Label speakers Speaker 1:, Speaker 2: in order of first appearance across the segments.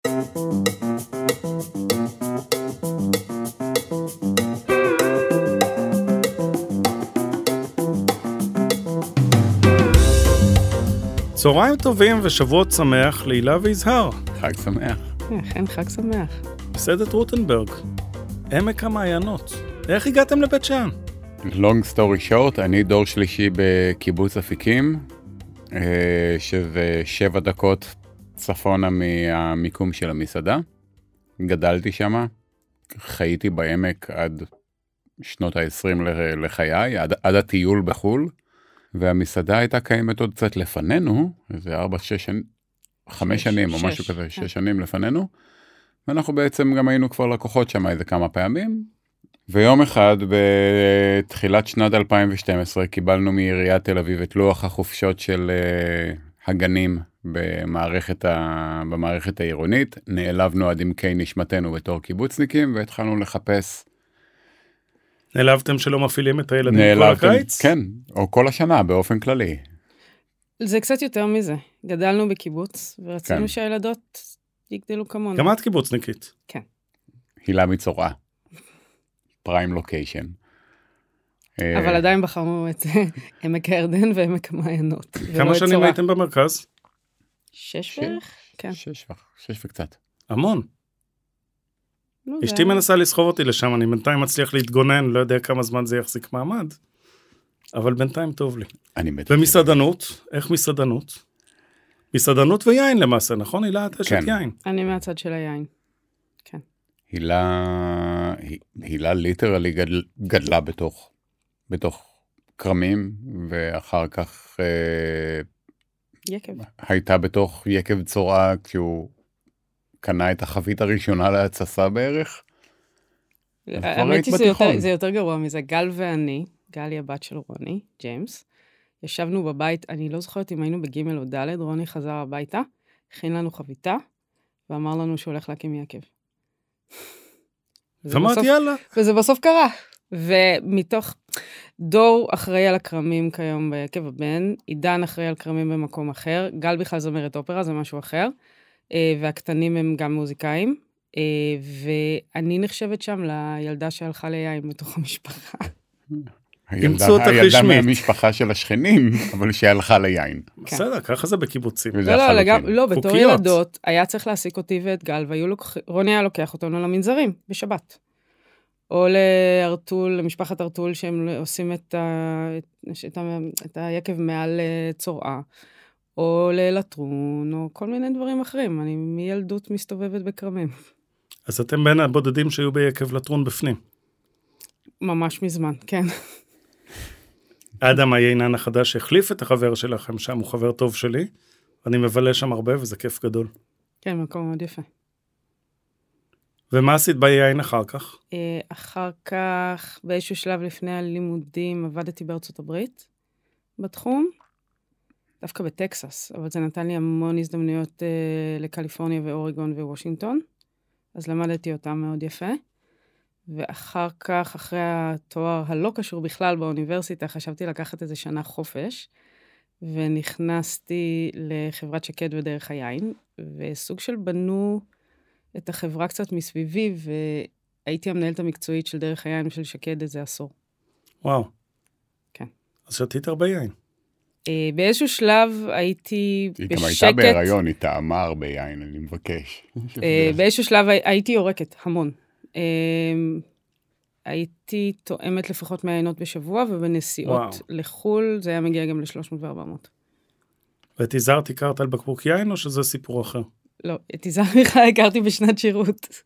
Speaker 1: צהריים טובים ושבועות שמח להילה ויזהר.
Speaker 2: חג שמח.
Speaker 3: כן, חג שמח.
Speaker 1: מסעדת רוטנברג, עמק המעיינות. איך הגעתם לבית שאן?
Speaker 2: Long story short, אני דור שלישי בקיבוץ אפיקים, שזה 7 דקות צפונה מהמיקום של המסעדה. גדלתי שם, חייתי בעמק עד שנות ה-20 לחיי, עד הטיול בחול. והמסעדה הייתה קיימת עוד קצת לפנינו, זה 5 שנים או משהו כזה, 6 שנים לפנינו, ואנחנו בעצם גם היינו כבר לקוחות שם איזה כמה פעמים, ויום אחד בתחילת שנת 2012 קיבלנו מעיריית תל אביב את לוח החופשות של הגנים במערכת העירונית, נעלבנו עד עמקי נשמתנו בתור קיבוצניקים, והתחלנו לחפש.
Speaker 1: נעלבתם שלא מפעילים את הילדים כל הקיץ?
Speaker 2: כן, או כל השנה באופן כללי.
Speaker 3: זה קצת יותר מזה. גדלנו בקיבוץ, ורצינו שהילדות יגדלו כמונו.
Speaker 1: גם את קיבוצניקית.
Speaker 3: כן.
Speaker 2: הילה מצורעה. פריים לוקיישן.
Speaker 3: אבל עדיין בחרנו את עמק הירדן ועמק המעיינות.
Speaker 1: כמה שנים הייתם במרכז?
Speaker 3: 6 בערך? כן.
Speaker 2: 6 וקצת.
Speaker 1: המון. אשתי מנסה לסחוב אותי לשם, אני בינתיים מצליח להתגונן, לא יודע כמה זמן זה יחזיק מעמד, אבל בינתיים טוב לי. ומסעדנות, איך מסעדנות? מסעדנות ויין למעשה, נכון? הילה, את אשת יין.
Speaker 3: אני מהצד של היין, כן.
Speaker 2: הילה ליטרלי גדלה בתוך קרמים, ואחר כך
Speaker 3: יקב.
Speaker 2: הייתה בתוך יקב צורעה, כשהוא קנה את החבית הראשונה להצסה בערך.
Speaker 3: האמת היא זה יותר גרוע מזה. גל ואני, גל היא הבת של רוני, ג'יימס, ישבנו בבית, אני לא זוכרת אם היינו בג' או ד', רוני חזר הביתה, הכין לנו חביתה, ואמר לנו שהוא הולך להקים יקב.
Speaker 1: אמרתי יאללה.
Speaker 3: וזה בסוף קרה. ומתוך דור אחראי על הקרמים כיום ביקב הבן, עידן אחראי על קרמים במקום אחר, גל בכלל זמרת אופרה, זה משהו אחר. והקטנים הם גם מוזיקאים, ואני נחשבת שם לילדה שהלכה ליין בתוך המשפחה.
Speaker 1: הילדה
Speaker 2: מהמשפחה של השכנים, אבל שהלכה ליין.
Speaker 1: בסדר, ככה זה בקיבוצים.
Speaker 3: לא, בתור ילדות, היה צריך להעסיק אותי ואת גל, ורוני היה לוקח אותנו למנזרים, בשבת. או לארטול, למשפחת ארטול, שהם עושים את היקב מעל צורעה. או ללטרון, או כל מיני דברים אחרים. אני מילדות מסתובבת בקרמים.
Speaker 1: אז אתם בין הבודדים שהיו ביקב לטרון בפנים?
Speaker 3: ממש מזמן, כן.
Speaker 1: אדם היינן החדש החליף את החבר שלכם שם, הוא חבר טוב שלי, אני מבלה שם הרבה וזה כיף גדול.
Speaker 3: כן, מקום מאוד יפה.
Speaker 1: ומה עשית ביין אחר כך?
Speaker 3: אחר כך, באיזשהו שלב לפני הלימודים, עבדתי בארצות הברית, בתחום, דווקא בטקסס, אבל זה נתן לי המון הזדמנויות לקליפורניה ואוריגון ווושינגטון, אז למדתי אותם מאוד יפה, ואחר כך, אחרי התואר הלא קשור בכלל באוניברסיטה, חשבתי לקחת איזה שנה חופש, ונכנסתי לחברת שקד ודרך היין, וסוג של בנו את החברה קצת מסביבי, והייתי המנהלת המקצועית של דרך היין ושל שקד איזה עשור.
Speaker 1: וואו.
Speaker 3: כן.
Speaker 1: אז שתית הרבה יין.
Speaker 3: באיזשהו שלב הייתי בשקט.
Speaker 2: היא גם הייתה בהיריון, היא טעמה הרבה יין, אני מבקש.
Speaker 3: באיזשהו שלב הייתי יורקת, המון. הייתי תואמת לפחות 100 עינות בשבוע, ובנסיעות לחול זה היה מגיע גם ל-300 ו-400.
Speaker 1: ואת יזהר הכרת על בקבוק יין, או שזה סיפור אחר?
Speaker 3: לא, את יזהר בכלל הכרתי בשנת שירות.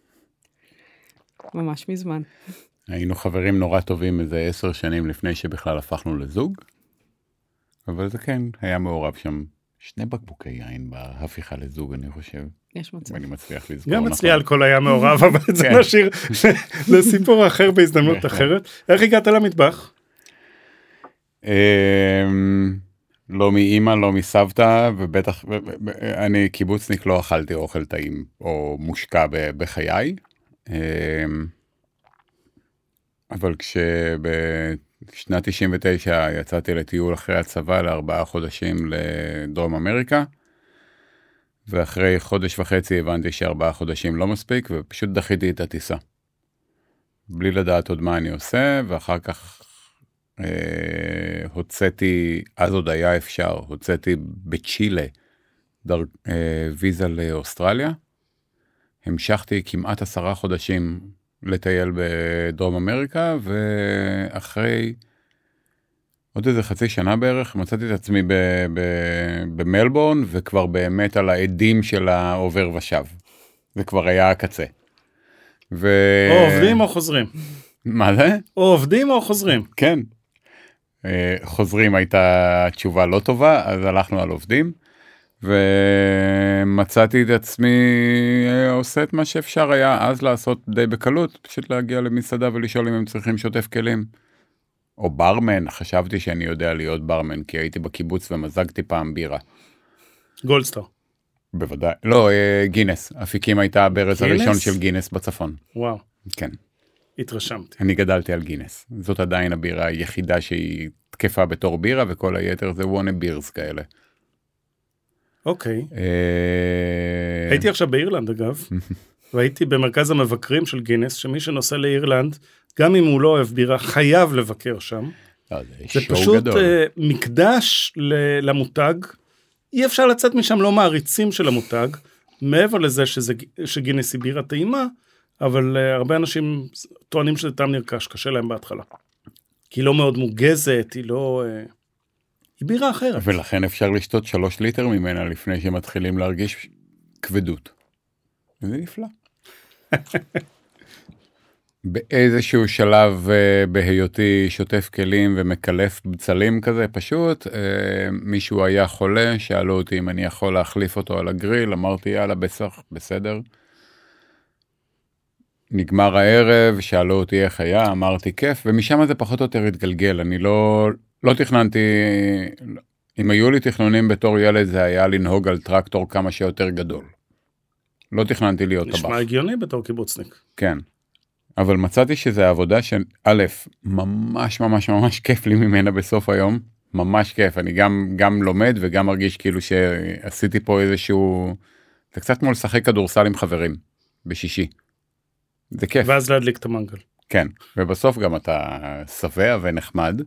Speaker 3: ממש מזמן.
Speaker 2: היינו חברים נורא טובים איזה 10 שנים לפני שבכלל הפכנו לזוג, אבל זה כן, היה מעורב שם 2 בקבוקי יין בהפיכה לזוג, אני חושב.
Speaker 3: יש מצב.
Speaker 2: ואני מצליח לזכור.
Speaker 1: גם אצלי אלכוהול היה מעורב, אבל זה נשאיר לסיפור אחר בהזדמנות אחרת. איך הגעת למטבח?
Speaker 2: לא מאמא, לא מסבתא, ובטח, אני קיבוצניק לא אכלתי אוכל טעים או מושקע בחיי. אבל כשבשנת 99 יצאתי לטיול אחרי הצבא ל4 חודשים לדרום אמריקה, ואחרי חודש וחצי הבנתי ש4 חודשים לא מספיק, ופשוט דחיתי את הטיסה. בלי לדעת עוד מה אני עושה, ואחר כך הוצאתי, אז עוד היה אפשר, הוצאתי בצ'ילה ויזה לאוסטרליה, המשכתי כמעט 10 חודשים לטייל בדרום אמריקה, ואחרי עוד איזה חצי שנה בערך, מצאתי את עצמי במלבורן, וכבר באמת על העדים של העובר ושב. זה כבר היה הקצה.
Speaker 1: או עובדים או חוזרים.
Speaker 2: מה זה?
Speaker 1: או עובדים או חוזרים.
Speaker 2: כן. חוזרים הייתה תשובה לא טובה, אז הלכנו על עובדים, ומצאתי את עצמי עושה את מה שאפשר היה אז לעשות די בקלות, פשוט להגיע למסעדה ולשאול אם הם צריכים שוטף כלים. או ברמן, חשבתי שאני יודע להיות ברמן, כי הייתי בקיבוץ ומזגתי פעם בירה.
Speaker 1: גולדסטאר.
Speaker 2: בוודאי. לא, גינס. אפיקים הייתה הברז הראשון של גינס בצפון.
Speaker 1: וואו.
Speaker 2: כן.
Speaker 1: התרשמתי.
Speaker 2: אני גדלתי על גינס. זאת עדיין הבירה היחידה שהיא תקפה בתור בירה, וכל היתר זה וונה בירס כאלה.
Speaker 1: אוקיי. הייתי עכשיו באירלנד אגב, והייתי במרכז המבקרים של גינס, שמי שנוסע לאירלנד, גם אם הוא לא אוהב בירה, חייב לבקר שם. זה פשוט מקדש למותג, אי אפשר לצאת משם לא מעריצים של המותג, מעבר לזה שגינס היא בירה טעימה, אבל הרבה אנשים טוענים שזה טעם נרכש, קשה להם בהתחלה. כי היא לא מאוד מוגזת, היא לא... היא בירה אחרת.
Speaker 2: ולכן אפשר לשתות 3 ליטר ממנה לפני שמתחילים להרגיש כבדות. זה נפלא. באיזשהו שלב בהיותי שוטף כלים ומקלף בצלים כזה, פשוט מישהו היה חולה, שאלו אותי אם אני יכול להחליף אותו על הגריל, אמרתי יאללה בסדר. נגמר הערב, שאלו אותי איך היה, אמרתי כיף, ומשם זה פחות או יותר התגלגל, אני לא תכננתי, אם היו לי תכנונים בתור ילד זה היה לנהוג על טרקטור כמה שיותר גדול. לא תכננתי להיות טבח.
Speaker 1: נשמע הגיוני בתור קיבוצניק.
Speaker 2: כן. אבל מצאתי שזה עבודה שא', ממש ממש ממש כיף לי ממנה בסוף היום, ממש כיף, אני גם לומד וגם מרגיש כאילו שעשיתי פה איזשהו, זה קצת כמו לשחק כדורסל עם חברים, בשישי, זה כיף.
Speaker 1: ואז להדליק את המנגל.
Speaker 2: כן, ובסוף גם אתה שבע ונחמד,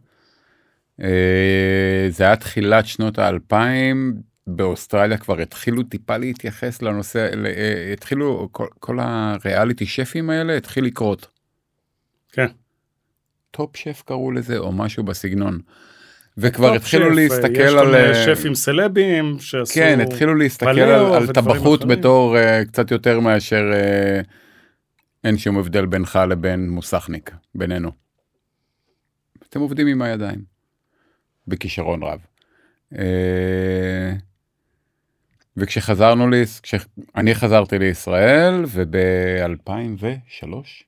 Speaker 2: זה היה תחילת שנות ה-2000, באוסטרליה כבר התחילו טיפה להתייחס לנושא, התחילו, כל הריאליטי שפים האלה התחיל לקרות.
Speaker 1: כן.
Speaker 2: טופ שף קראו לזה, או משהו בסגנון. וכבר התחילו להסתכל על...
Speaker 1: יש גם שפים סלבים שעשו...
Speaker 2: כן, התחילו להסתכל על טבחות בתור קצת יותר מאשר אין שום הבדל בינך לבין מוסכניק, בינינו. אתם עובדים עם הידיים. בכישרון רב. וכשחזרנו אני חזרתי לישראל, וב-2003,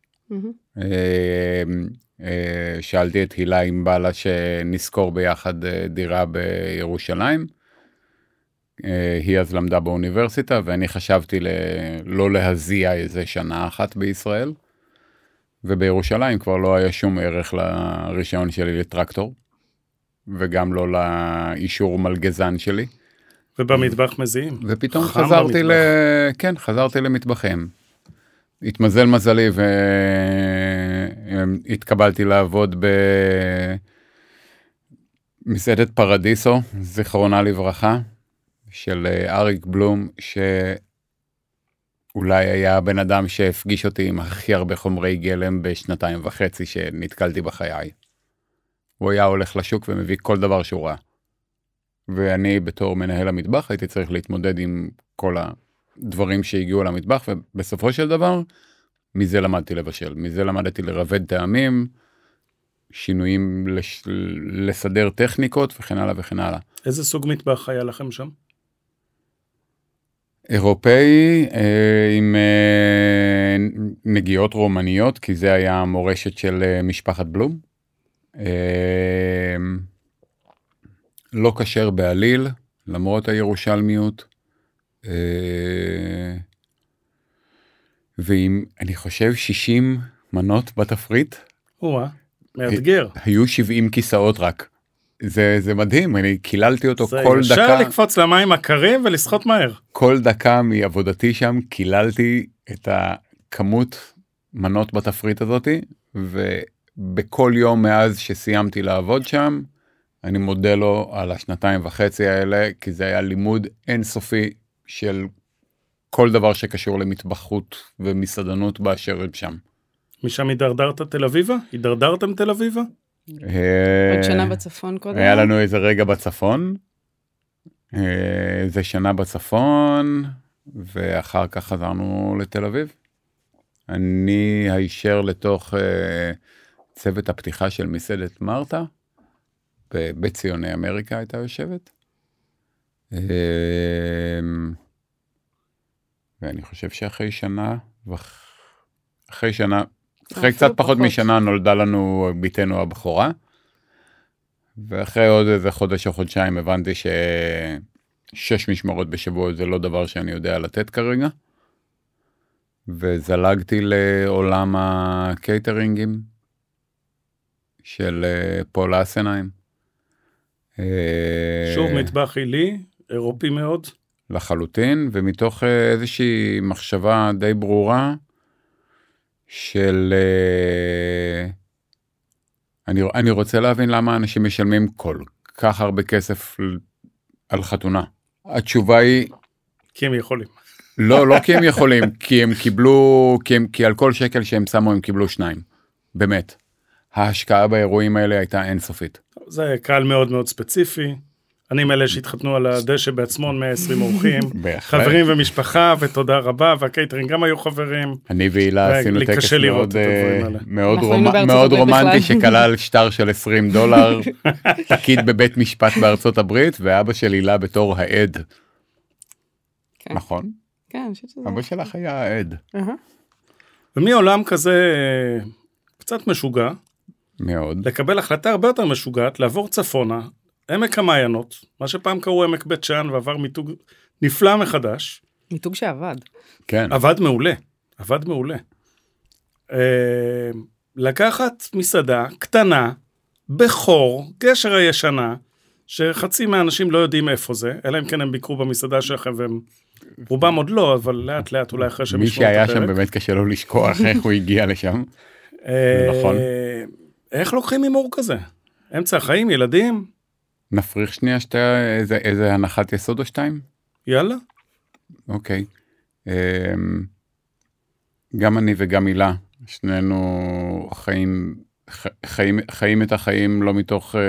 Speaker 2: שאלתי את הילה עם בעלה שנזכור ביחד דירה בירושלים, היא אז למדה באוניברסיטה, ואני חשבתי לא להזיע איזה שנה אחת בישראל, ובירושלים כבר לא היה שום ערך לרישיון שלי לטרקטור, וגם לא לאישור מלגזן שלי.
Speaker 1: ובמטבח מזיעים.
Speaker 2: ופתאום חזרתי למטבחים. התמזל מזלי והתקבלתי לעבוד במסעדת פרדיסו, זיכרונה לברכה, של אריק בלום, שאולי היה הבן אדם שהפגיש אותי עם הכי הרבה חומרי גלם ב2.5 שנתקלתי בחיי. הוא היה הולך לשוק ומביא כל דבר שהוא ראה. ואני בתור מנהל המטבח הייתי צריך להתמודד עם כל הדברים שהגיעו למטבח, ובסופו של דבר, מזה למדתי לבשל. מזה למדתי לרבד טעמים, שינויים לסדר טכניקות וכן הלאה וכן הלאה.
Speaker 1: איזה סוג מטבח היה לכם שם?
Speaker 2: אירופאי, עם נגיעות רומניות, כי זה היה המורשת של משפחת בלום. לא כשר בעליל, למרות הירושלמיות, ועם, אני חושב, 60 מנות בתפריט.
Speaker 1: מאתגר.
Speaker 2: היו 70 כיסאות רק. זה מדהים, אני קיללתי אותו כל דקה.
Speaker 1: זה ישר לקפוץ למים הקרים ולשחות מהר.
Speaker 2: כל דקה מעבודתי שם, קיללתי את הכמות מנות בתפריט הזאת, ובכל יום מאז שסיימתי לעבוד שם, אני מודה לו על 2.5 האלה, כי זה היה לימוד אינסופי של כל דבר שקשור למטבחות ומסעדנות באשר שם.
Speaker 1: משם הידרדרת תל אביבה? הידרדרתם תל אביבה?
Speaker 3: עוד שנה בצפון קודם?
Speaker 2: היה לנו איזה רגע בצפון, זה שנה בצפון, ואחר כך חזרנו לתל אביב. אני הישר לתוך צוות הפתיחה של מסעדת מרתה, בציוני אמריקה הייתה יושבת. ואני חושב שאחרי שנה, אחרי קצת פחות משנה נולדה לנו ביתנו הבכורה, ואחרי עוד איזה חודש או חודשיים הבנתי ש6 משמרות בשבוע זה לא דבר שאני יודע לתת כרגע, וזלגתי לעולם הקייטרינגים של פול אסנהיים.
Speaker 1: שוב מטבח עילי, אירופי מאוד.
Speaker 2: לחלוטין, ומתוך איזושהי מחשבה די ברורה, של אני רוצה להבין למה אנשים משלמים כל כך הרבה כסף על חתונה. התשובה היא
Speaker 1: כי הם יכולים.
Speaker 2: לא כי הם יכולים, כי הם קיבלו, כי על כל שקל שהם שמו הם קיבלו 2. באמת. ההשקעה באירועים האלה הייתה אינסופית.
Speaker 1: זה קהל מאוד מאוד ספציפי. אני מאלה שהתחתנו על הדשא בעצמון 120 אורחים, חברים ומשפחה, ותודה רבה, והקייטרינג גם היו חברים.
Speaker 2: אני והילה עשינו טקס מאוד רומנטי, שכלל שטר של $20, פקיד בבית משפט בארצות הברית, ואבא של הילה בתור העד. נכון?
Speaker 3: כן, אני חושבת שזה...
Speaker 2: אבא שלך היה העד.
Speaker 1: ומעולם כזה קצת משוגע,
Speaker 2: מאוד.
Speaker 1: לקבל החלטה הרבה יותר משוגעת, לעבור צפונה, עמק המעיינות, מה שפעם קראו עמק בית שאן, ועבר מיתוג נפלא מחדש.
Speaker 3: מיתוג שעבד.
Speaker 2: כן.
Speaker 1: עבד מעולה, עבד מעולה. לקחת מסעדה קטנה, בחור, גשר הישנה, שחצי מהאנשים לא יודעים איפה זה, אלא אם כן הם ביקרו במסעדה שלכם, והם רובם עוד לא, אבל לאט לאט אולי אחרי שהם
Speaker 2: מי שהיה שם באמת קשה לו לשכוח איך הוא הגיע לשם. נכון.
Speaker 1: איך לוקחים הימור כזה? אמצע החיים, ילדים?
Speaker 2: נפריך שנייה איזה הנחת יסוד או 2?
Speaker 1: יאללה.
Speaker 2: אוקיי. גם אני וגם הילה, שנינו חיים את החיים לא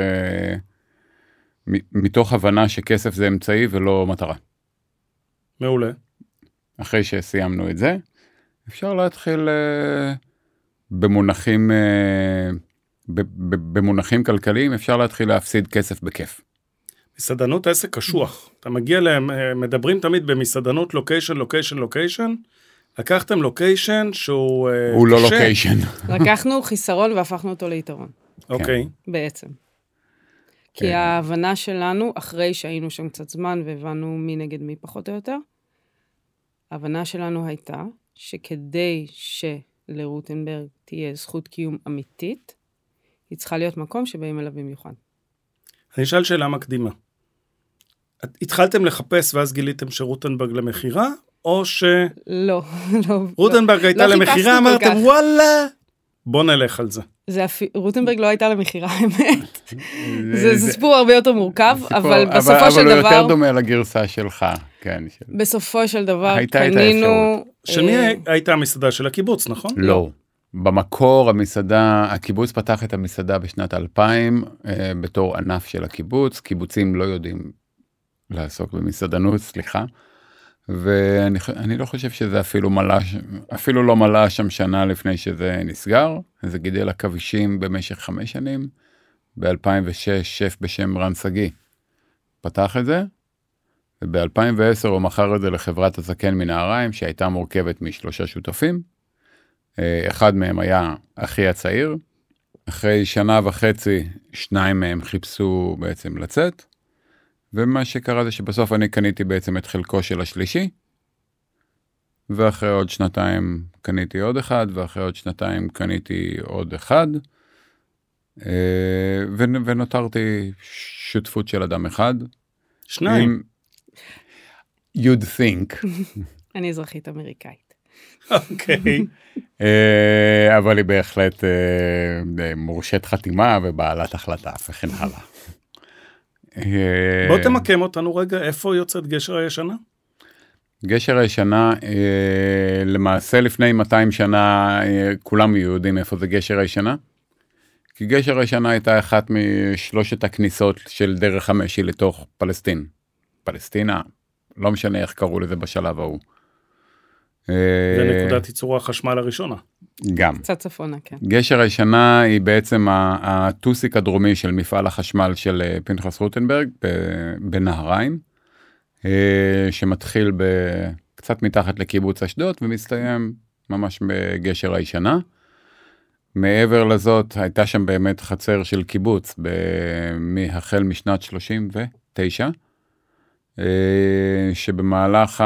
Speaker 2: מתוך הבנה שכסף זה אמצעי ולא מטרה.
Speaker 1: מעולה.
Speaker 2: אחרי שסיימנו את זה, אפשר להתחיל במונחים כלכליים, אפשר להתחיל להפסיד כסף בכיף.
Speaker 1: מסעדנות עסק קשוח. אתה מגיע להם, מדברים תמיד במסעדנות לוקיישן, לקחתם לוקיישן שהוא
Speaker 2: הוא לא לוקיישן.
Speaker 3: לקחנו חיסרון והפכנו אותו ליתרון.
Speaker 1: אוקיי.
Speaker 3: בעצם. כי ההבנה שלנו, אחרי שהיינו שם קצת זמן והבנו מי נגד מי פחות או יותר, ההבנה שלנו הייתה שכדי שלרוטנברג תהיה זכות קיום אמיתית, היא צריכה להיות מקום שבאים אליו במיוחד.
Speaker 1: אני אשאל שאלה מקדימה. התחלתם לחפש ואז גיליתם שרוטנברג למחירה, או ש...
Speaker 3: לא.
Speaker 1: רוטנברג הייתה למחירה, אמרתם וואלה, בוא נלך על זה.
Speaker 3: רוטנברג לא הייתה למחירה, האמת. זה סיפור הרבה יותר מורכב, אבל בסופו של דבר...
Speaker 2: אבל הוא יותר דומה לגרסה שלך, כן.
Speaker 3: בסופו של דבר קנינו...
Speaker 1: של מי הייתה המסעדה של הקיבוץ, נכון?
Speaker 2: לא. במקור הקיבוץ פתח את המסעדה בשנת 2000, בתור ענף של הקיבוץ, קיבוצים לא יודעים לעסוק במסעדנות, סליחה, ואני לא חושב שזה אפילו לא מלא שם שנה לפני שזה נסגר, זה גידל עכבישים במשך 5 שנים, ב-2006 שף בשם רן סגי פתח את זה, וב-2010 הוא מכר את זה לחברת הזקן מנהריים, שהייתה מורכבת מ3 שותפים, אחד מהם היה אחי הצעיר, אחרי 1.5 שנה, 2 מהם חיפשו בעצם לצאת, ומה שקרה זה שבסוף אני קניתי בעצם את חלקו של השלישי, ואחרי עוד 2 קניתי עוד אחד, ואחרי עוד 2 קניתי עוד אחד, ונותרתי שותפות של אדם אחד.
Speaker 1: שניים.
Speaker 2: You'd think.
Speaker 3: אני אזרחית אמריקאית.
Speaker 1: אוקיי.
Speaker 2: אבל היא בהחלט מורשת חתימה ובעלת החלטה וכן הלאה.
Speaker 1: בוא תמקם אותנו רגע, איפה יוצאת גשר הישנה?
Speaker 2: גשר הישנה, למעשה לפני 200 שנה, כולם יודעים איפה זה גשר הישנה. כי גשר הישנה הייתה אחת משלושת הכניסות של דרך המשי לתוך פלסטין. פלסטינה, לא משנה איך קראו לזה בשלב ההוא.
Speaker 1: ונקודת ייצור החשמל הראשונה.
Speaker 2: גם.
Speaker 3: קצת צפונה, כן.
Speaker 2: גשר הישנה היא בעצם הטוסיק הדרומי של מפעל החשמל של פנחס רוטנברג בנהריים, שמתחיל קצת מתחת לקיבוץ אשדוד ומסתיים ממש בגשר הישנה. מעבר לזאת הייתה שם באמת חצר של קיבוץ החל משנת 39, שבמהלך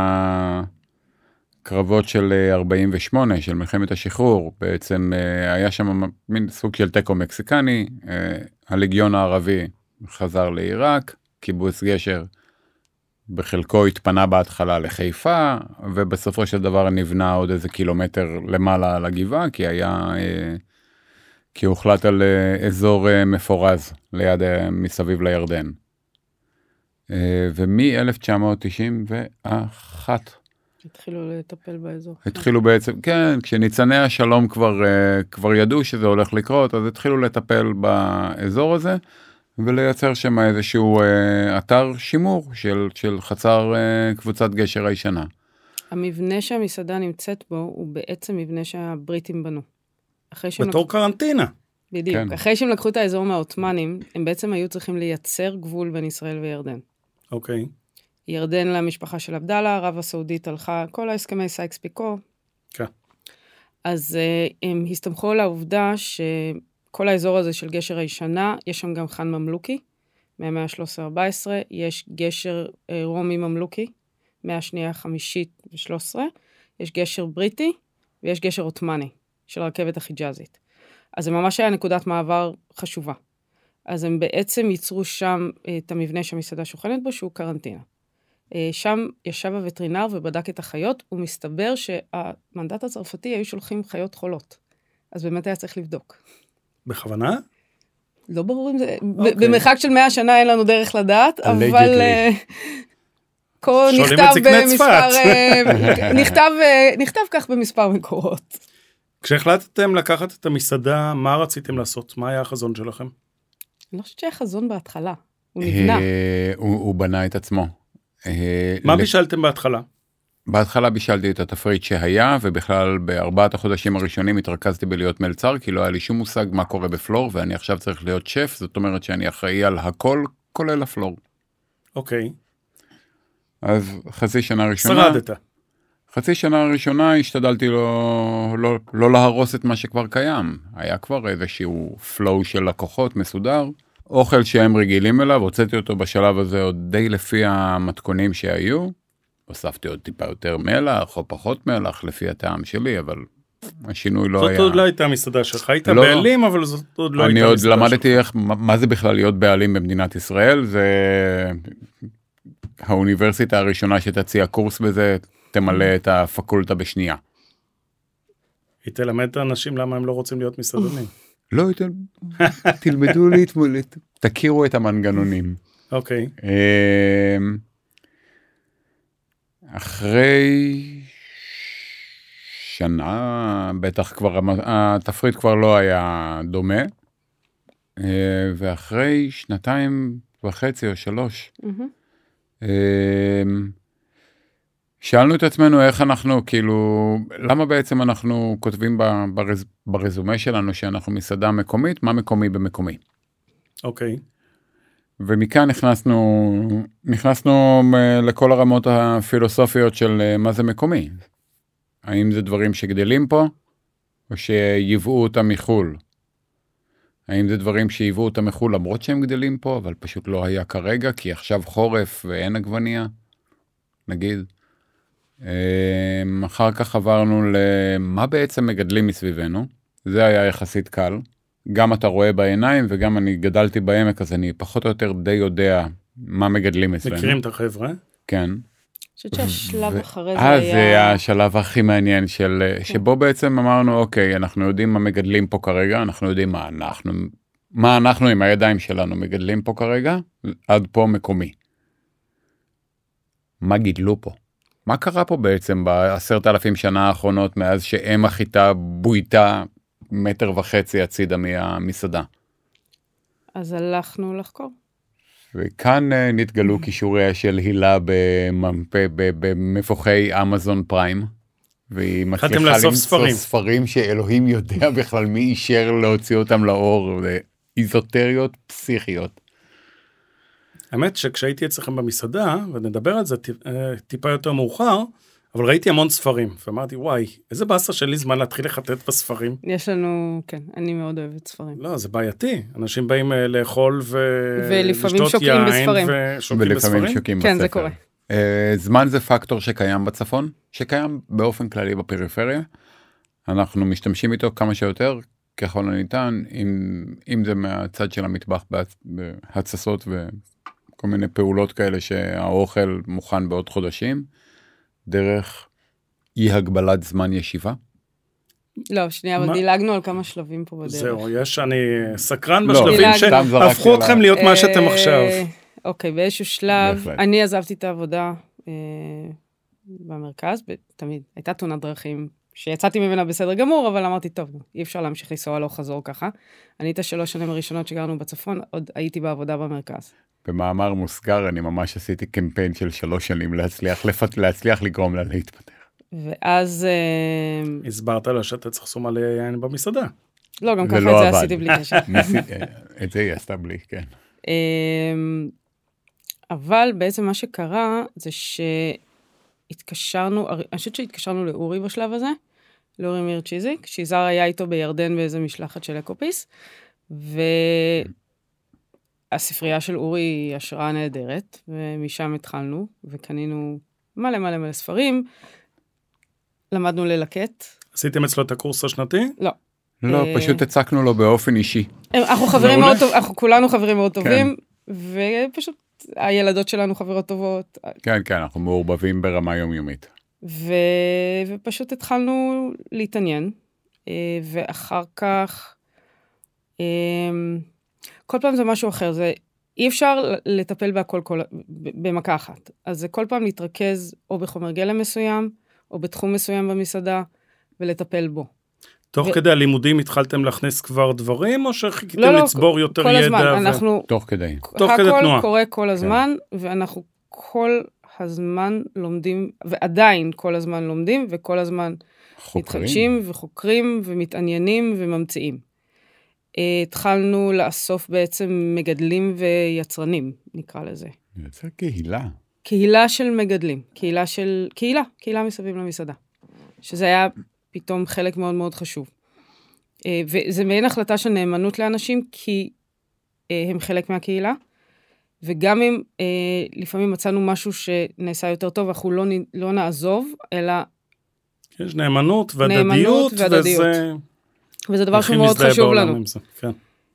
Speaker 2: הקרבות של 48 של מלחמת השחרור בעצם היה שם מין סוג של טקו מקסיקני, הלגיון הערבי חזר לעיראק, קיבוץ גשר בחלקו התפנה בהתחלה לחיפה, ובסופו של דבר נבנה עוד איזה קילומטר למעלה על הגבעה, כי הוחלט על אזור מפורז ליד, מסביב לירדן. ומ-1991
Speaker 3: התחילו לטפל באזור.
Speaker 2: התחילו בעצם, כן, כשניצני השלום כבר ידעו שזה הולך לקרות, אז התחילו לטפל באזור הזה, ולייצר שם איזשהו אתר שימור של חצר קבוצת גשר הישנה.
Speaker 3: המבנה שהמסעדה נמצאת בו הוא בעצם מבנה שהבריטים בנו.
Speaker 1: בתור קרנטינה.
Speaker 3: בדיוק. כן. אחרי שהם לקחו את האזור מהעות'מאנים, הם בעצם היו צריכים לייצר גבול בין ישראל וירדן.
Speaker 1: אוקיי.
Speaker 3: ירדן למשפחה של עבדאללה, ערב הסעודית הלכה, כל ההסכמי סייקס פיקו.
Speaker 1: כן.
Speaker 3: אז הם הסתמכו על העובדה כל האזור הזה של גשר הישנה, יש שם גם חאן ממלוכי, מהמאה ה-13-14, יש גשר רומי ממלוכי, מהמאה השנייה החמישית ו-13, יש גשר בריטי, ויש גשר עות'מאני, של הרכבת החיג'אזית. אז זה ממש היה נקודת מעבר חשובה. אז הם בעצם ייצרו שם את המבנה שהמסעדה שוכנת בו, שהוא קרנטינה. שם ישב הווטרינר ובדק את החיות, ומסתבר שהמנדט הצרפתי היו שולחים חיות חולות. אז באמת היה צריך לבדוק.
Speaker 1: בכוונה?
Speaker 3: לא ברור אם זה... במרחק של 100 שנה אין לנו דרך לדעת, אבל... נכתב כך במספר מקורות.
Speaker 1: כשהחלטתם לקחת את המסעדה, מה רציתם לעשות? מה היה החזון שלכם?
Speaker 3: אני לא חושבת שהיה חזון בהתחלה. הוא נבנה.
Speaker 2: הוא בנה את עצמו.
Speaker 1: מה בישלתם בהתחלה?
Speaker 2: בהתחלה בישלתי את התפריט שהיה, ובכלל ב4 החודשים הראשונים התרכזתי בלהיות מלצר, כי לא היה לי שום מושג מה קורה בפלור, ואני עכשיו צריך להיות שף, זאת אומרת שאני אחראי על הכל, כולל הפלור.
Speaker 1: אוקיי.
Speaker 2: אז חצי שנה ראשונה...
Speaker 1: שרדת.
Speaker 2: חצי שנה ראשונה השתדלתי לא להרוס את מה שכבר קיים. היה כבר איזשהו פלואו של לקוחות מסודר. אוכל שהם רגילים אליו, הוצאתי אותו בשלב הזה עוד די לפי המתכונים שהיו. הוספתי עוד טיפה יותר מלח או פחות מלח לפי הטעם שלי, אבל השינוי לא היה...
Speaker 1: זאת עוד לא הייתה מסעדה שלך, היית בעלים, אבל זאת עוד לא הייתה מסעדה שלך.
Speaker 2: אני עוד למדתי מה זה בכלל להיות בעלים במדינת ישראל, זה האוניברסיטה הראשונה שתציע קורס בזה, תמלא את הפקולטה בשנייה.
Speaker 1: היא תלמד את האנשים למה הם לא רוצים להיות מסעדנים.
Speaker 2: לא, תלמדו להתמודד, תכירו את המנגנונים.
Speaker 1: אוקיי.
Speaker 2: אחרי שנה, בטח כבר, התפריט כבר לא היה דומה, ואחרי 2.5 או 3, שאלנו את עצמנו איך אנחנו, כאילו, למה בעצם אנחנו כותבים ברזומה שלנו שאנחנו מסעדה מקומית, מה מקומי במקומי.
Speaker 1: אוקיי.
Speaker 2: ומכאן נכנסנו לכל הרמות הפילוסופיות של מה זה מקומי. האם זה דברים שגדלים פה, או שיבאו אותם מחול? האם זה דברים שיבאו אותם מחול למרות שהם גדלים פה, אבל פשוט לא היה כרגע, כי עכשיו חורף ואין עגבניה, נגיד. אחר כך עברנו למה בעצם מגדלים מסביבנו, זה היה יחסית קל, גם אתה רואה בעיניים, וגם אני גדלתי בעמק, אז אני פחות או יותר די יודע מה מגדלים אצלנו.
Speaker 1: מכירים את החבר'ה?
Speaker 2: כן.
Speaker 3: אני חושבת שהשלב אחרי זה היה...
Speaker 2: זה השלב הכי מעניין, שבו בעצם אמרנו, אוקיי, אנחנו יודעים מה מגדלים פה כרגע, אנחנו יודעים מה אנחנו עם הידיים שלנו מגדלים פה כרגע, עד פה מקומי. מה גידלו פה? מה קרה פה בעצם ב10,000 שנה האחרונות, מאז שאם החיטה בויתה 1.5 מטר הצידה מהמסעדה?
Speaker 3: אז הלכנו לחקור.
Speaker 2: וכאן נתגלו כישוריה של הילה במפוחי אמזון פריים, והיא מצליחה למצוא ספרים שאלוהים יודע בכלל מי אישר להוציא אותם לאור, ואיזוטריות פסיכיות.
Speaker 1: האמת שכשהייתי אצלכם במסעדה, ונדבר על זה טיפה יותר מאוחר, אבל ראיתי המון ספרים, ואמרתי, וואי, איזה באסה שלי זמן להתחיל לחטט בספרים.
Speaker 3: יש לנו, כן, אני מאוד אוהבת ספרים.
Speaker 1: לא, זה בעייתי. אנשים באים לאכול
Speaker 3: ולפעמים שוקעים בספרים.
Speaker 2: ולפעמים שוקעים בספר.
Speaker 3: כן, זה קורה.
Speaker 2: זמן זה פקטור שקיים בצפון, שקיים באופן כללי בפריפריה. אנחנו משתמשים איתו כמה שיותר, ככל הניתן, אם זה מהצד של המטבח בהצסות וכל מיני פעולות כאלה שהאוכל מוכן בעוד חודשים, דרך אי הגבלת זמן ישיבה.
Speaker 3: לא, שנייה, אבל דילגנו על כמה שלבים פה בדרך.
Speaker 1: זהו, אני סקרן בשלבים שהפכו אתכם להיות מה שאתם עכשיו.
Speaker 3: אוקיי, באיזשהו שלב, אני עזבתי את העבודה במרכז, תמיד הייתה תאונת דרכים, שיצאתי ממנה בסדר גמור, אבל אמרתי, טוב, אי אפשר להמשיך לנסוע לא חזור ככה. אני את 3 שנים הראשונות שגרנו בצפון, עוד הייתי בעבודה במרכז.
Speaker 2: במאמר מוסגר, אני ממש עשיתי קמפיין של 3 שנים להצליח לגרום לה להתפתח.
Speaker 3: ואז...
Speaker 1: הסברת לה שאתה צריך סומה ליין במסעדה.
Speaker 3: לא, גם ככה את זה עשיתי בלי קשר.
Speaker 2: את זה היא עשתה בלי, כן.
Speaker 3: אבל בעצם מה שקרה זה שהתקשרנו, אני חושבת שהתקשרנו לאורי בשלב הזה, לאורי מאיר צ'יזיק, שיזהר היה איתו בירדן באיזה משלחת של אקופיס, והספרייה של אורי היא השראה נהדרת, ומשם התחלנו, וקנינו מלא ספרים, למדנו ללקט.
Speaker 1: עשיתם אצלו את הקורס השנתי?
Speaker 3: לא.
Speaker 2: לא, פשוט הצקנו לו באופן אישי.
Speaker 3: אנחנו חברים מאוד טובים, אנחנו כולנו חברים מאוד טובים, ופשוט הילדות שלנו חברות טובות.
Speaker 2: כן, אנחנו מעורבבים ברמה יומיומית.
Speaker 3: ופשוט התחלנו להתעניין, ואחר כך, כל פעם זה משהו אחר, אי אפשר לטפל בהכל במכה אחת. אז זה כל פעם להתרכז או בחומר גלם מסוים, או בתחום מסוים במסעדה, ולטפל בו.
Speaker 1: תוך כדי הלימודים התחלתם להכניס כבר דברים, או שחיכיתם לצבור יותר ידע?
Speaker 3: כל הזמן, אנחנו...
Speaker 2: תוך כדי.
Speaker 1: תוך כדי תנועה.
Speaker 3: הכל קורה כל הזמן, ואנחנו כל הזמן לומדים, ועדיין כל הזמן לומדים, וכל הזמן מתחדשים, וחוקרים, ומתעניינים, וממציאים. התחלנו לאסוף בעצם מגדלים ויצרנים, נקרא לזה.
Speaker 2: יוצא קהילה.
Speaker 3: קהילה של מגדלים, קהילה מסביב למסעדה. שזה היה פתאום חלק מאוד מאוד חשוב. וזה מעין החלטה של נאמנות לאנשים, כי הם חלק מהקהילה, וגם אם לפעמים מצאנו משהו שנעשה יותר טוב, אנחנו לא נעזוב, אלא...
Speaker 1: יש נאמנות והדדיות,
Speaker 3: וזה דבר שהוא מאוד חשוב לנו.
Speaker 1: כן.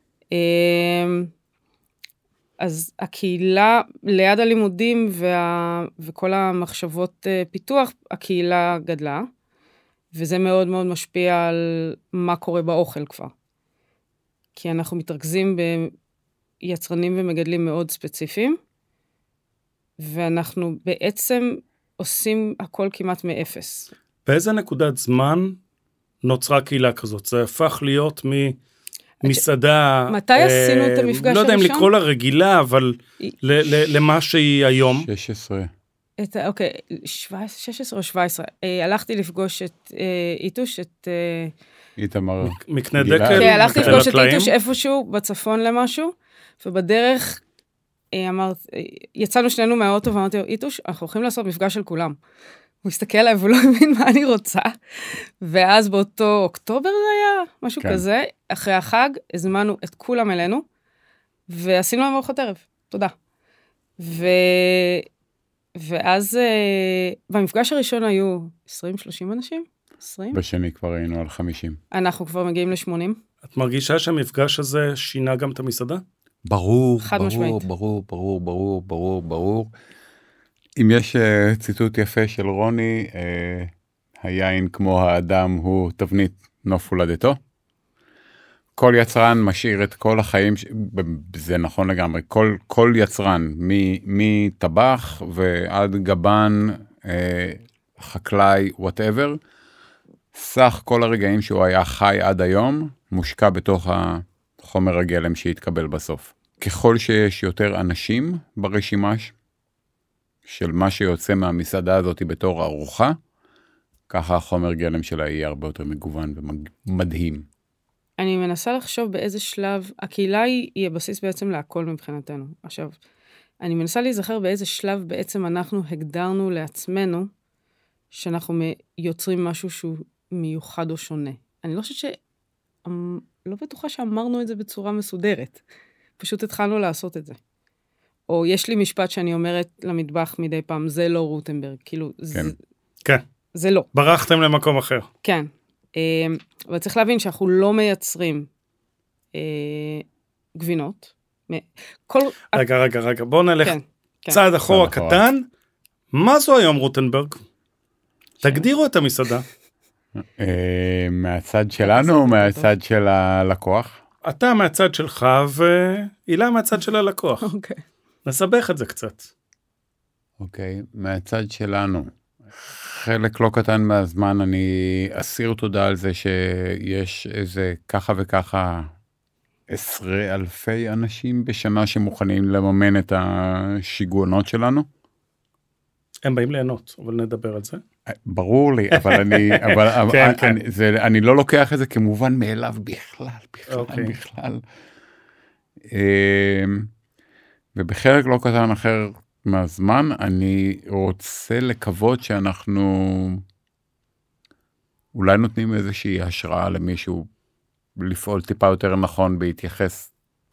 Speaker 3: אז הקהילה, ליד הלימודים וכל המחשבות פיתוח, הקהילה גדלה, וזה מאוד מאוד משפיע על מה קורה באוכל כבר. כי אנחנו מתרכזים ביצרנים ומגדלים מאוד ספציפיים, ואנחנו בעצם עושים הכל כמעט מאפס.
Speaker 1: באיזה נקודת זמן נוצרה קהילה כזאת? זה הפך להיות מסעדה...
Speaker 3: מתי עשינו את המפגש הראשון?
Speaker 1: לא יודע אם לקרוא לה רגילה, אבל למה שהיא היום.
Speaker 2: 16.
Speaker 3: אוקיי, 16 או 17. הלכתי לפגוש את איתוש, את...
Speaker 2: איתמר.
Speaker 1: מקנה דקל.
Speaker 3: כן, הלכתי לפגוש את איתוש איפשהו בצפון למשהו, ובדרך יצאנו שנינו מהאוטו, ואמרתי לו, איתוש, אנחנו הולכים לעשות מפגש של כולם. הוא הסתכל עליי, והוא לא הבין מה אני רוצה. ואז באותו אוקטובר זה היה, משהו כזה, אחרי החג, הזמנו את כולם אלינו, ועשינו להם ארוחת ערב. תודה. ואז במפגש הראשון היו 20-30 אנשים. 20?
Speaker 2: בשני כבר היינו על 50.
Speaker 3: אנחנו כבר מגיעים ל-80.
Speaker 1: את מרגישה שהמפגש הזה שינה גם את המסעדה?
Speaker 2: ברור,
Speaker 3: חד משמעית.
Speaker 2: ברור. אם יש ציטוט יפה של רוני, היין כמו האדם הוא תבנית נוף הולדתו. כל יצרן משאיר את כל החיים, זה נכון לגמרי, כל יצרן, מטבח ועד גבן, חקלאי, whatever, סך כל הרגעים שהוא היה חי עד היום, מושקע בתוך החומר הגלם שהתקבל בסוף. ככל שיש יותר אנשים ברשימה של מה שיוצא מהמסעדה הזאת בתור ארוחה, ככה החומר גלם שלה יהיה הרבה יותר מגוון ומדהים.
Speaker 3: אני מנסה לחשוב באיזה שלב, הקהילה היא הבסיס בעצם להכל מבחינתנו. עכשיו, אני מנסה להיזכר באיזה שלב בעצם אנחנו הגדרנו לעצמנו, שאנחנו יוצרים משהו שהוא מיוחד או שונה. אני לא חושבת לא בטוחה שאמרנו את זה בצורה מסודרת. פשוט התחלנו לעשות את זה. או יש לי משפט שאני אומרת למטבח מדי פעם, זה לא רוטנברג. כאילו,
Speaker 1: כן.
Speaker 3: זה לא.
Speaker 1: ברחתם למקום אחר.
Speaker 3: כן. אבל צריך להבין שאנחנו לא מייצרים גבינות.
Speaker 1: רגע. בואו נלך צעד אחורה קטן. מה זו היום רוטנברג? תגדירו את המסעדה.
Speaker 2: מהצד שלנו או מהצד של הלקוח?
Speaker 1: אתה מהצד שלך והילה מהצד של הלקוח.
Speaker 3: אוקיי.
Speaker 1: נסבך את זה קצת.
Speaker 2: אוקיי, מהצד שלנו. חלק לא קטן מהזמן אני אסיר תודה על זה שיש איזה ככה וככה 10,000 אנשים בשנה שמוכנים לממן את השיגעונות שלנו.
Speaker 1: הם באים ליהנות, אבל נדבר על זה.
Speaker 2: ברור לי, אבל אני לא לוקח את זה כמובן מאליו בכלל. ובחלק לא קטן אחר מהזמן, אני רוצה לקוות שאנחנו אולי נותנים איזושהי השראה למישהו לפעול טיפה יותר נכון בהתייחס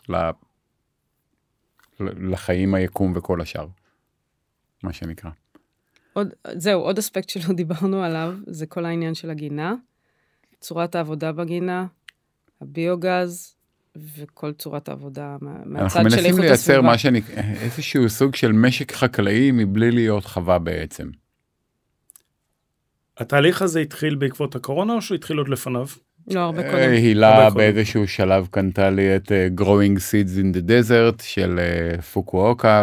Speaker 2: לחיים היקום וכל השאר, מה שנקרא.
Speaker 3: עוד אספקט שלא דיברנו עליו, זה כל העניין של הגינה, צורת העבודה בגינה, הביוגז, וכל צורת העבודה מהצד של איכות הסביבה.
Speaker 2: אנחנו מנסים לייצר איזשהו סוג של משק חקלאי מבלי להיות חווה בעצם.
Speaker 1: התהליך הזה התחיל בעקבות הקורונה או שהוא התחיל עוד לפניו?
Speaker 3: לא, הרבה קודם.
Speaker 2: הילה באיזשהו שלב קנתה לי את Growing Seeds in the Desert של פוקואוקה,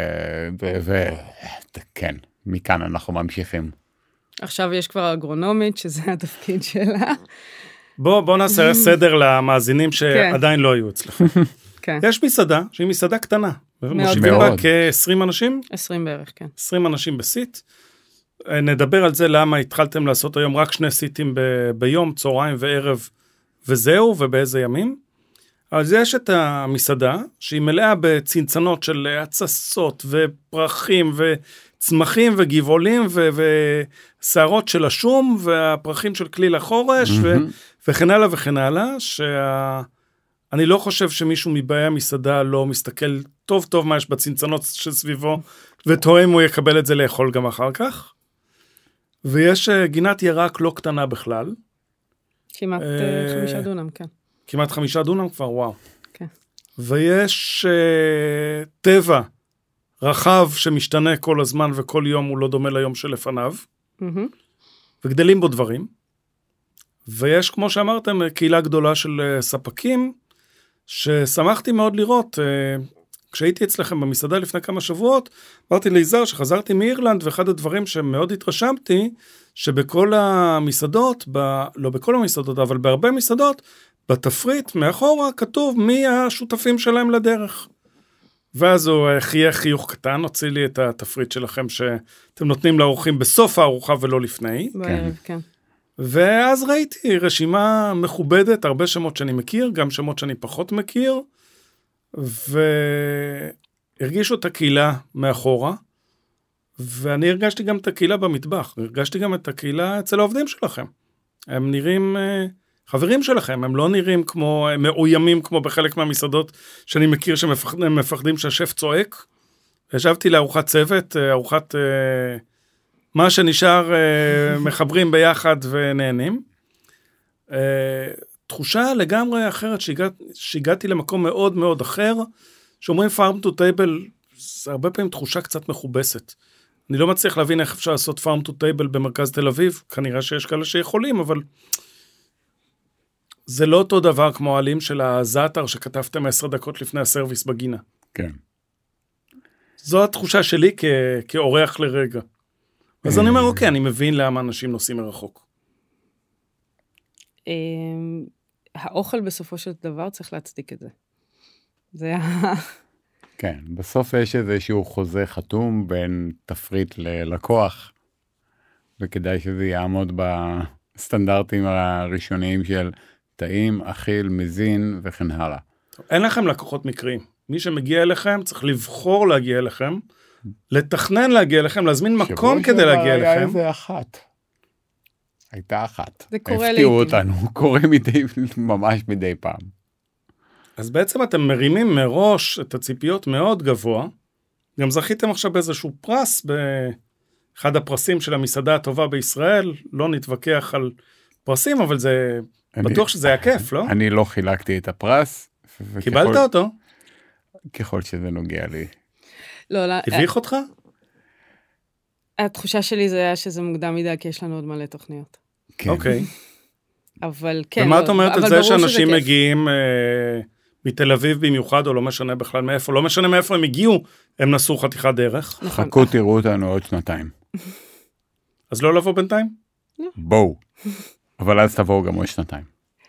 Speaker 2: וכן, מכאן אנחנו ממשיכים.
Speaker 3: עכשיו יש כבר אגרונומית, שזה התפקיד שלה.
Speaker 1: בוא נעשה סדר למאזינים שעדיין לא היו אצלכם. יש מסעדה, שהיא מסעדה קטנה. מושיבים בה כ-20 אנשים?
Speaker 3: 20 בערך, כן.
Speaker 1: 20 אנשים בסיט. נדבר על זה למה התחלתם לעשות היום רק 2 סיטים ביום, צהריים וערב, וזהו, ובאיזה ימים. אז יש את המסעדה, שהיא מלאה בצנצנות של הצסות ופרחים וצמחים וגבעולים ושערות של השום והפרחים של כליל החורש וכן הלאה וכן הלאה, אני לא חושב שמישהו מבאי המסעדה לא מסתכל טוב טוב מה יש בצנצנות שסביבו, וטועה אם הוא יקבל את זה לאכול גם אחר כך. ויש גינת ירק לא קטנה בכלל.
Speaker 3: כמעט 5 דונם, כן.
Speaker 1: כמעט 5 דונם כבר, וואו.
Speaker 3: כן.
Speaker 1: ויש טבע רחב שמשתנה כל הזמן וכל יום הוא לא דומה ליום שלפניו. וגדלים בו דברים. ויש, כמו שאמרתם, קהילה גדולה של ספקים, ששמחתי מאוד לראות, כשהייתי אצלכם במסעדה לפני כמה שבועות, אמרתי ליזהר שחזרתי מאירלנד, ואחד הדברים שמאוד התרשמתי, שבכל המסעדות, לא בכל המסעדות, אבל בהרבה מסעדות, בתפריט מאחורה כתוב מי השותפים שלהם לדרך. ואז הוא חייך חיוך קטן, הוציא לי את התפריט שלכם, שאתם נותנים לאורחים בסוף הארוחה ולא לפני.
Speaker 3: בערב, כן.
Speaker 1: ואז ראיתי רשימה מכובדת, הרבה שמות שאני מכיר, גם שמות שאני פחות מכיר, והרגישו את הקהילה מאחורה, ואני הרגשתי גם את הקהילה במטבח, הרגשתי גם את הקהילה אצל העובדים שלכם. הם נראים חברים שלכם, הם לא נראים כמו, מאוימים כמו בחלק מהמסעדות שאני מכיר שמפחדים שהשף צועק. ישבתי לארוחת צוות, ארוחת מה שנשאר מחברים ביחד ונהנים. תחושה לגמרי אחרת שהגעתי למקום מאוד מאוד אחר, שאומרים farm to table, זה הרבה פעמים תחושה קצת מכובסת. אני לא מצליח להבין איך אפשר לעשות farm to table במרכז תל אביב, כנראה שיש כאלה שיכולים, אבל זה לא אותו דבר כמו העלים של הזאטר שכתבתם 10 דקות לפני הסרוויס בגינה.
Speaker 2: כן.
Speaker 1: זו התחושה שלי כאורח לרגע. אז אני אומר, אוקיי, אני מבין למה אנשים נוסעים מרחוק.
Speaker 3: האוכל בסופו של דבר צריך להצדיק את זה. זה
Speaker 2: כן, בסוף יש איזשהו חוזה חתום בין תפריט ללקוח, וכדאי שזה יעמוד בסטנדרטים הראשוניים של טעים, אכיל, מזין וכן הלאה.
Speaker 1: אין לכם לקוחות מקריים. מי שמגיע אליכם צריך לבחור להגיע אליכם, לתכנן להגיע אליכם, להזמין מקום כדי להגיע אליכם.
Speaker 2: היה איזה אחת. הייתה אחת.
Speaker 3: זה קורה
Speaker 2: הפתיעו אותנו, קורה ממש מדי פעם.
Speaker 1: אז בעצם אתם מרימים מראש את הציפיות מאוד גבוה, גם זכיתם עכשיו באיזשהו פרס, באחד הפרסים של המסעדה הטובה בישראל, לא נתווכח על פרסים, אבל זה, בטוח שזה היה כיף, לא?
Speaker 2: אני לא חילקתי את הפרס.
Speaker 1: קיבלת אותו?
Speaker 2: ככל שזה נוגע לי.
Speaker 3: לא,
Speaker 1: הביך אותך?
Speaker 3: התחושה שלי זה היה שזה מוקדם מדי, כי יש לנו עוד מלא תוכניות.
Speaker 1: אוקיי.
Speaker 3: אבל כן.
Speaker 1: ומה את אומרת על זה שאנשים מגיעים מתל אביב במיוחד, או לא משנה בכלל מאיפה, לא משנה מאיפה הם הגיעו, הם נסעו חתיכת דרך.
Speaker 2: חכו, תראו אותנו עוד 2
Speaker 1: אז לא לבוא בינתיים?
Speaker 2: בואו. אבל אז תבואו גם עוד 2.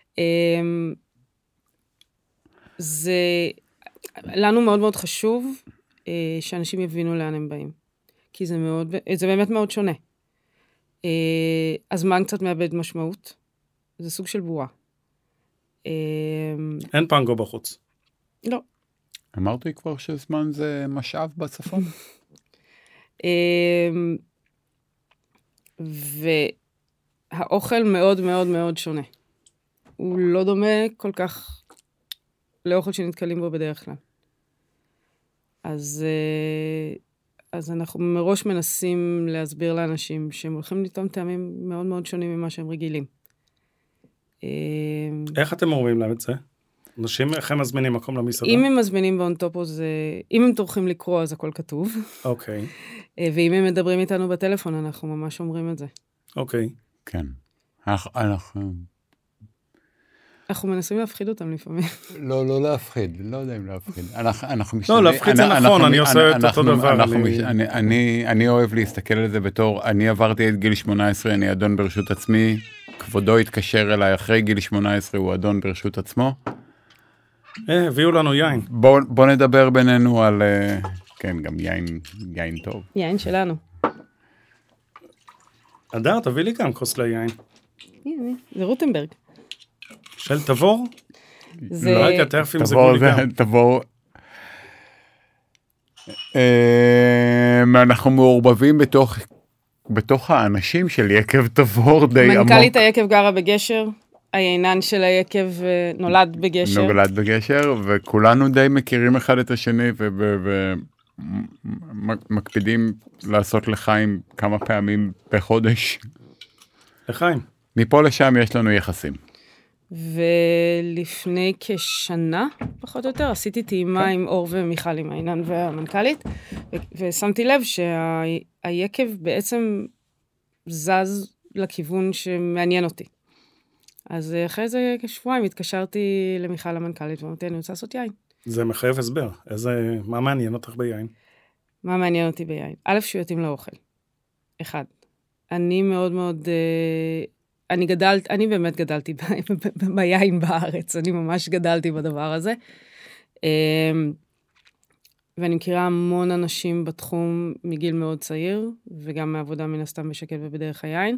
Speaker 3: זה, לנו מאוד מאוד חשוב שאנשים יבינו לאן הם באים. כי זה באמת מאוד שונה. הזמן קצת מאבד משמעות. זה סוג של בועה.
Speaker 1: אין פנגו בחוץ.
Speaker 3: לא.
Speaker 2: אמרתי כבר שזמן זה משאב בצפון?
Speaker 3: והאוכל מאוד מאוד מאוד שונה. הוא לא דומה כל כך לאוכל שנתקלים בו בדרך כלל. אז אנחנו מראש מנסים להסביר לאנשים שהם הולכים לטעום טעמים מאוד מאוד שונים ממה שהם רגילים.
Speaker 1: איך אתם אומרים להם את זה? אנשים, איך הם מזמינים מקום למסעדה?
Speaker 3: אם הם מזמינים באונטופו, אם הם טורחים לקרוא, אז הכל כתוב.
Speaker 1: אוקיי.
Speaker 3: ואם הם מדברים איתנו בטלפון, אנחנו ממש אומרים את זה.
Speaker 1: אוקיי.
Speaker 2: כן.
Speaker 3: אנחנו מנסים להפחיד אותם לפעמים.
Speaker 2: לא להפחיד, לא יודע אם להפחיד.
Speaker 1: לא, להפחיד זה נכון, אני עושה את אותו דבר.
Speaker 2: אני אוהב להסתכל על זה בתור, אני עברתי את גיל 18, אני אדון ברשות עצמי, כבודו התקשר אליי אחרי גיל 18, הוא אדון ברשות עצמו.
Speaker 1: הביאו לנו יין.
Speaker 2: בוא נדבר בינינו על, כן, גם יין טוב.
Speaker 3: יין שלנו.
Speaker 1: אדר, תביא לי גם כוס ליין.
Speaker 3: הנה, זה רוטנברג.
Speaker 1: של תבור? לא רגע, תכף אם זה גולי גם.
Speaker 2: תבור. אנחנו מעורבבים בתוך האנשים של יקב תבור די עמוק.
Speaker 3: מנכ"לית היקב גרה בגשר, היינן של היקב נולד בגשר.
Speaker 2: נולד בגשר, וכולנו די מכירים אחד את השני, ומקפידים לעשות לחיים כמה פעמים בחודש.
Speaker 1: לחיים.
Speaker 2: מפה לשם יש לנו יחסים.
Speaker 3: ולפני כשנה, פחות או יותר, עשיתי טעימה עם אור ומיכל, עם העינן והמנכ"לית, ושמתי לב שהיקב בעצם זז לכיוון שמעניין אותי. אז אחרי זה כשבועיים התקשרתי למיכל המנכ"לית, ואמרתי, אני רוצה לעשות יין. זה
Speaker 1: מחייב הסבר. מה מעניין אותך ביין?
Speaker 3: מה מעניין אותי ביין? א', שהוא יתאים לאוכל. אחד. אני מאוד מאוד... אני באמת גדלתי ביין בארץ, אני ממש גדלתי בדבר הזה. ואני מכירה המון אנשים בתחום מגיל מאוד צעיר, וגם מעבודה מן הסתם בשקל ובדרך היין.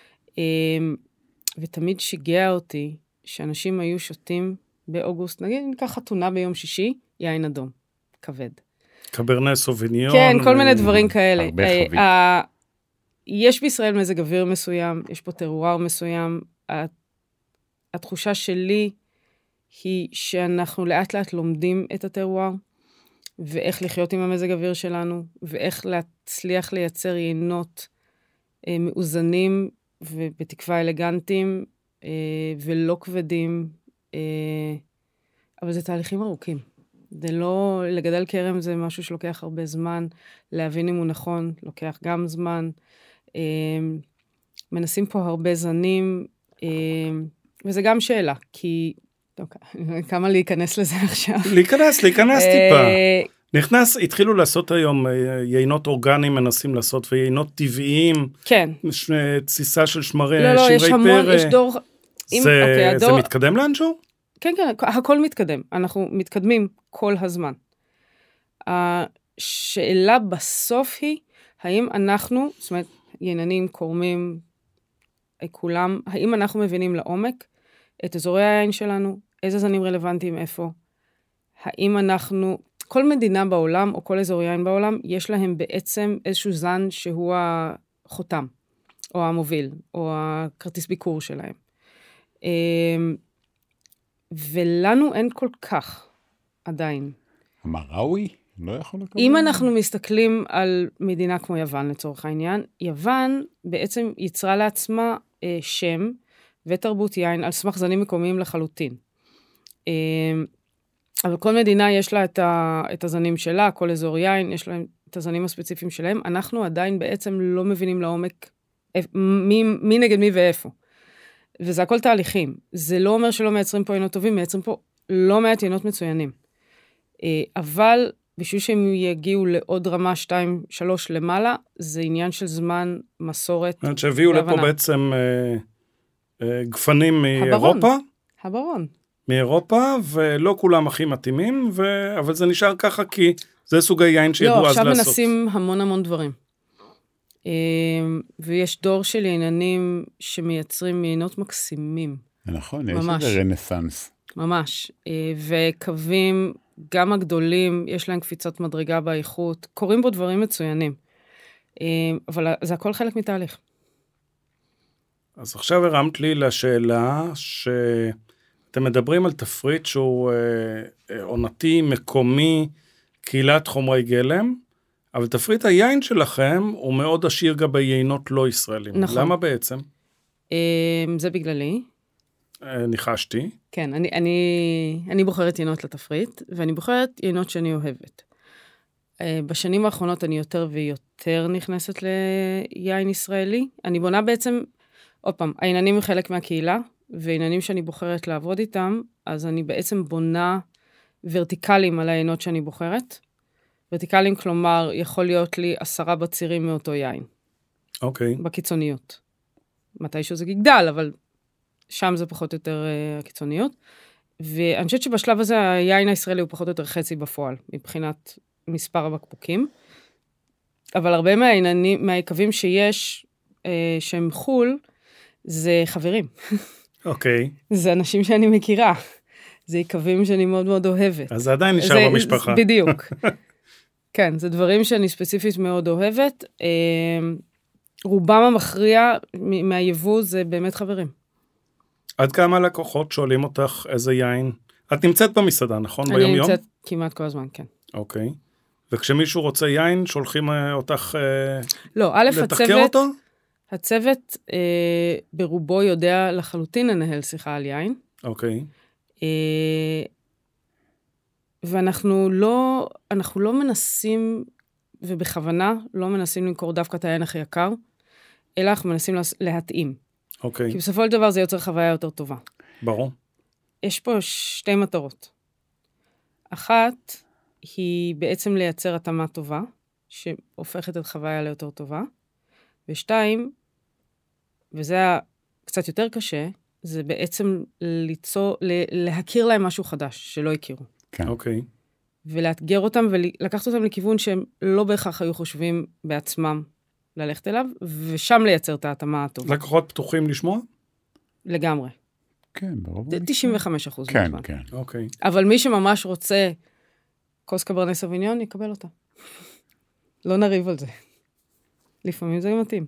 Speaker 3: ותמיד שיגע אותי שאנשים היו שותים באוגוסט, נגיד ניקח חתונה ביום שישי, יין אדום, כבד.
Speaker 1: קברנה סוביניון.
Speaker 3: כן, כל מיני דברים כאלה. הרבה חבית. יש בישראל מזג אוויר מסוים, יש פה טרואר מסוים. התחושה שלי היא שאנחנו לאט לאט לומדים את הטרואר, ואיך לחיות עם המזג אוויר שלנו, ואיך להצליח לייצר יינות מאוזנים ובתקווה אלגנטיים, ולא כבדים, אבל זה תהליכים ארוכים. זה לא, לגדל כרם זה משהו שלוקח הרבה זמן, להבין אם הוא נכון, לוקח גם זמן. מנסים פה הרבה זנים, וזה גם שאלה, כי... כמה להיכנס לזה עכשיו?
Speaker 1: להיכנס טיפה. נכנס, התחילו לעשות היום יינות אורגניים מנסים לעשות, ויינות טבעיים.
Speaker 3: כן.
Speaker 1: תסיסה של שמרי
Speaker 3: פרא. לא, יש המון, יש דור...
Speaker 1: זה מתקדם לאנשהו?
Speaker 3: כן, הכל מתקדם. אנחנו מתקדמים כל הזמן. השאלה בסוף היא, האם אנחנו, זאת אומרת, יננים, קורמים, כולם, האם אנחנו מבינים לעומק את אזורי היין שלנו, איזה זנים רלוונטיים איפה, האם אנחנו, כל מדינה בעולם, או כל אזור יין בעולם, יש להם בעצם איזשהו זן שהוא החותם, או המוביל, או הכרטיס ביקור שלהם. ולנו אין כל כך, עדיין.
Speaker 2: המראוי? לא יכול לקבל?
Speaker 3: אם אנחנו מסתכלים על מדינה כמו יוון, לצורך העניין, יוון בעצם יצרה לעצמה שם ותרבות יין על סמך זנים מקומיים לחלוטין. אבל כל מדינה יש לה את הזנים שלה, כל אזור יין, יש להם את הזנים הספציפיים שלהם. אנחנו עדיין בעצם לא מבינים לעומק מי נגד מי ואיפה. וזה הכל תהליכים. זה לא אומר שלא מייצרים פה יינות טובים, מייצרים פה לא מעט יינות מצוינים. אבל בשביל שהם יגיעו לעוד רמה 2-3 למעלה, זה עניין של זמן, מסורת.
Speaker 1: שהביאו לפה בעצם גפנים מאירופה.
Speaker 3: הברון.
Speaker 1: מאירופה, ולא כולם הכי מתאימים, אבל זה נשאר ככה כי זה סוג היין שידעו אז לעשות.
Speaker 3: לא, עכשיו מנסים המון דברים. ויש דור של יננים שמייצרים יינות מקסימים.
Speaker 2: נכון, יש איזה רנסנס.
Speaker 3: ממש. וקווים, גם הגדולים, יש להם קפיצות מדרגה באיכות, קוראים בו דברים מצוינים. אבל זה הכל חלק מתהליך.
Speaker 1: אז עכשיו הרמת לי לשאלה שאתם מדברים על תפריט שהוא עונתי, מקומי, קהילת חומרי גלם, אבל תפריט היין שלכם הוא מאוד עשיר גם ביינות לא ישראלים.
Speaker 3: נכון.
Speaker 1: למה בעצם?
Speaker 3: זה בגללי.
Speaker 1: ניחשתי.
Speaker 3: כן, אני בוחרת יינות לתפריט, ואני בוחרת יינות שאני אוהבת. בשנים האחרונות אני יותר ויותר נכנסת ליין ישראלי. אני בונה בעצם, עוד פעם, העיננים הם חלק מהקהילה, ועיננים שאני בוחרת לעבוד איתם, אז אני בעצם בונה ורטיקלים על היינות שאני בוחרת. ורטיקלים, כלומר, יכול להיות לי 10 בצירים מאותו יין.
Speaker 1: אוקיי.
Speaker 3: בקיצוניות. מתישהו זה יגדל, אבל שם זה פחות או יותר הקיצוניות. ואני חושבת שבשלב הזה היין הישראלי הוא פחות או יותר חצי בפועל, מבחינת מספר הבקבוקים. אבל הרבה מהיקבים שיש, שהם חול, זה חברים.
Speaker 1: אוקיי.
Speaker 3: זה אנשים שאני מכירה. זה יקבים שאני מאוד מאוד אוהבת.
Speaker 1: אז זה עדיין נשאר במשפחה.
Speaker 3: בדיוק. כן, זה דברים שאני ספציפית מאוד אוהבת. רובם המכריע מהיבוא זה באמת חברים.
Speaker 1: עד כמה לקוחות שואלים אותך איזה יין? את נמצאת במסעדה, נכון? ביום יום?
Speaker 3: אני נמצאת כמעט כל הזמן, כן.
Speaker 1: אוקיי. וכשמישהו רוצה יין, שולחים אותך
Speaker 3: לא, א',
Speaker 1: לתחקר אותו?
Speaker 3: הצוות ברובו יודע לחלוטין לנהל שיחה על יין.
Speaker 1: אוקיי.
Speaker 3: ואנחנו לא מנסים, ובכוונה לא מנסים למכור דווקא את היין הכי יקר, אלא אנחנו מנסים להתאים.
Speaker 1: אוקיי.
Speaker 3: כי בסופו של דבר זה יוצר חוויה יותר טובה.
Speaker 1: ברור. יש
Speaker 3: פה 2 מטרות. אחת היא בעצם לייצר התאמה טובה, שהופכת את חוויה ליותר טובה. ו2, וזה קצת יותר קשה, זה בעצם להכיר להם משהו חדש, שלא הכירו.
Speaker 2: כן.
Speaker 1: אוקיי.
Speaker 3: ולאתגר אותם, ולקחת אותם לכיוון שהם לא בהכרח היו חושבים בעצמם ללכת אליו, ושם לייצר את ההתאמה הטובה.
Speaker 1: לקוחות פתוחים לשמוע?
Speaker 3: לגמרי.
Speaker 2: כן, ברור.
Speaker 3: 95%.
Speaker 2: כן, כן.
Speaker 1: אוקיי.
Speaker 3: אבל מי שממש רוצה כוס קברני סוביניון, יקבל אותה. לא נריב על זה. לפעמים זה מתאים.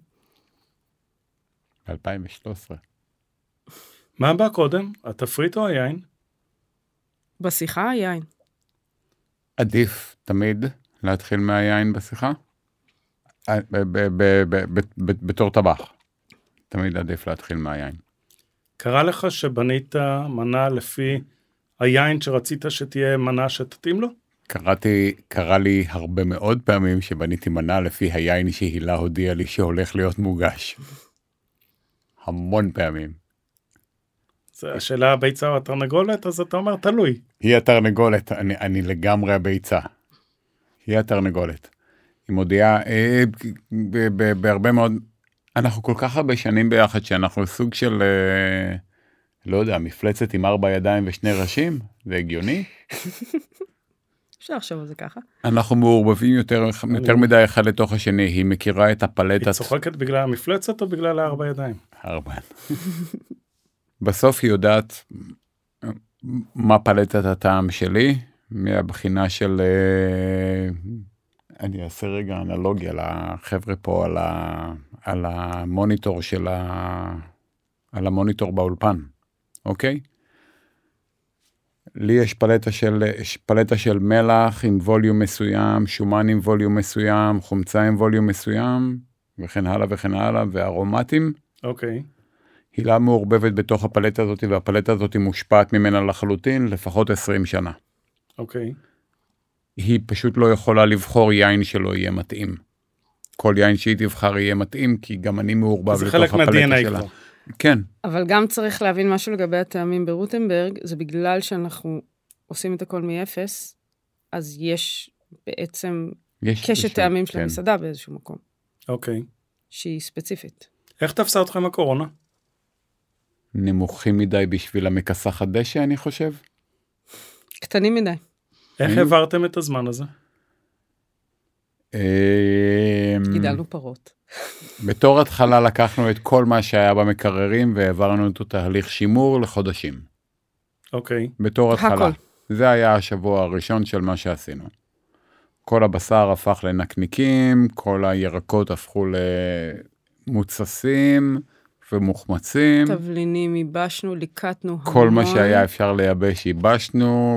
Speaker 2: 2013.
Speaker 1: מה בא קודם? התפריט או היין?
Speaker 3: בשיחה, היין.
Speaker 2: עדיף תמיד להתחיל מהיין בשיחה? בתור טבח. תמיד עדיף להתחיל מהיין.
Speaker 1: קרה לך שבנית מנה לפי היין שרצית שתהיה מנה שתתאים לו?
Speaker 2: קרה לי הרבה מאוד פעמים שבניתי מנה לפי היין שהילה הודיעה לי שהולך להיות מוגש. המון פעמים.
Speaker 1: זה השאלה הביצה או התרנגולת, אז אתה אומר תלוי.
Speaker 2: היא התרנגולת, אני לגמרי הביצה. היא התרנגולת. היא מודיעה, בהרבה מאוד, אנחנו כל כך הרבה שנים ביחד, שאנחנו סוג של, לא יודע, מפלצת עם 4 ידיים ו2 ראשים, זה הגיוני.
Speaker 3: אפשר לחשוב על זה ככה.
Speaker 2: אנחנו מעורבבים יותר מדי אחד לתוך השני, היא מכירה את הפלטת.
Speaker 1: היא צוחקת בגלל המפלצת או בגלל 4 ידיים?
Speaker 2: 4. בסוף היא יודעת מה פלטת הטעם שלי, מהבחינה של, אני אעשה רגע אנלוגיה לחבר'ה פה על המוניטור על המוניטור באולפן, אוקיי? לי יש פלטה של מלח עם ווליום מסוים, שומן עם ווליום מסוים, חומצה עם ווליום מסוים, וכן הלאה וכן הלאה, וארומטים.
Speaker 1: אוקיי.
Speaker 2: הילה מעורבבת בתוך הפלטה הזאת, והפלטה הזאת מושפעת ממנה לחלוטין, לפחות 20 שנה.
Speaker 1: אוקיי.
Speaker 2: היא פשוט לא יכולה לבחור יין שלא יהיה מתאים. כל יין שהיא תבחר יהיה מתאים, כי גם אני מעורבב לתוך הפלטה שלה. כן.
Speaker 3: אבל גם צריך להבין משהו לגבי הטעמים ברוטנברג, זה בגלל שאנחנו עושים את הכל מאפס, אז יש בעצם קשת טעמים של המסעדה באיזשהו מקום.
Speaker 1: אוקיי.
Speaker 3: שהיא ספציפית.
Speaker 1: איך תפסה אתכם הקורונה?
Speaker 2: נמוכים מדי בשביל המכסחת דשא, אני חושב.
Speaker 3: קטנים מדי.
Speaker 1: איך העברתם את הזמן הזה?
Speaker 3: גידלנו פרות.
Speaker 2: בתור התחלה לקחנו את כל מה שהיה במקררים, והעברנו אותו תהליך שימור לחודשים.
Speaker 1: אוקיי.
Speaker 2: בתור התחלה. זה היה השבוע הראשון של מה שעשינו. כל הבשר הפך לנקניקים, כל הירקות הפכו למוצסים ומוחמצים.
Speaker 3: תבלינים ייבשנו, ליקטנו.
Speaker 2: כל מה שהיה אפשר לייבש ייבשנו,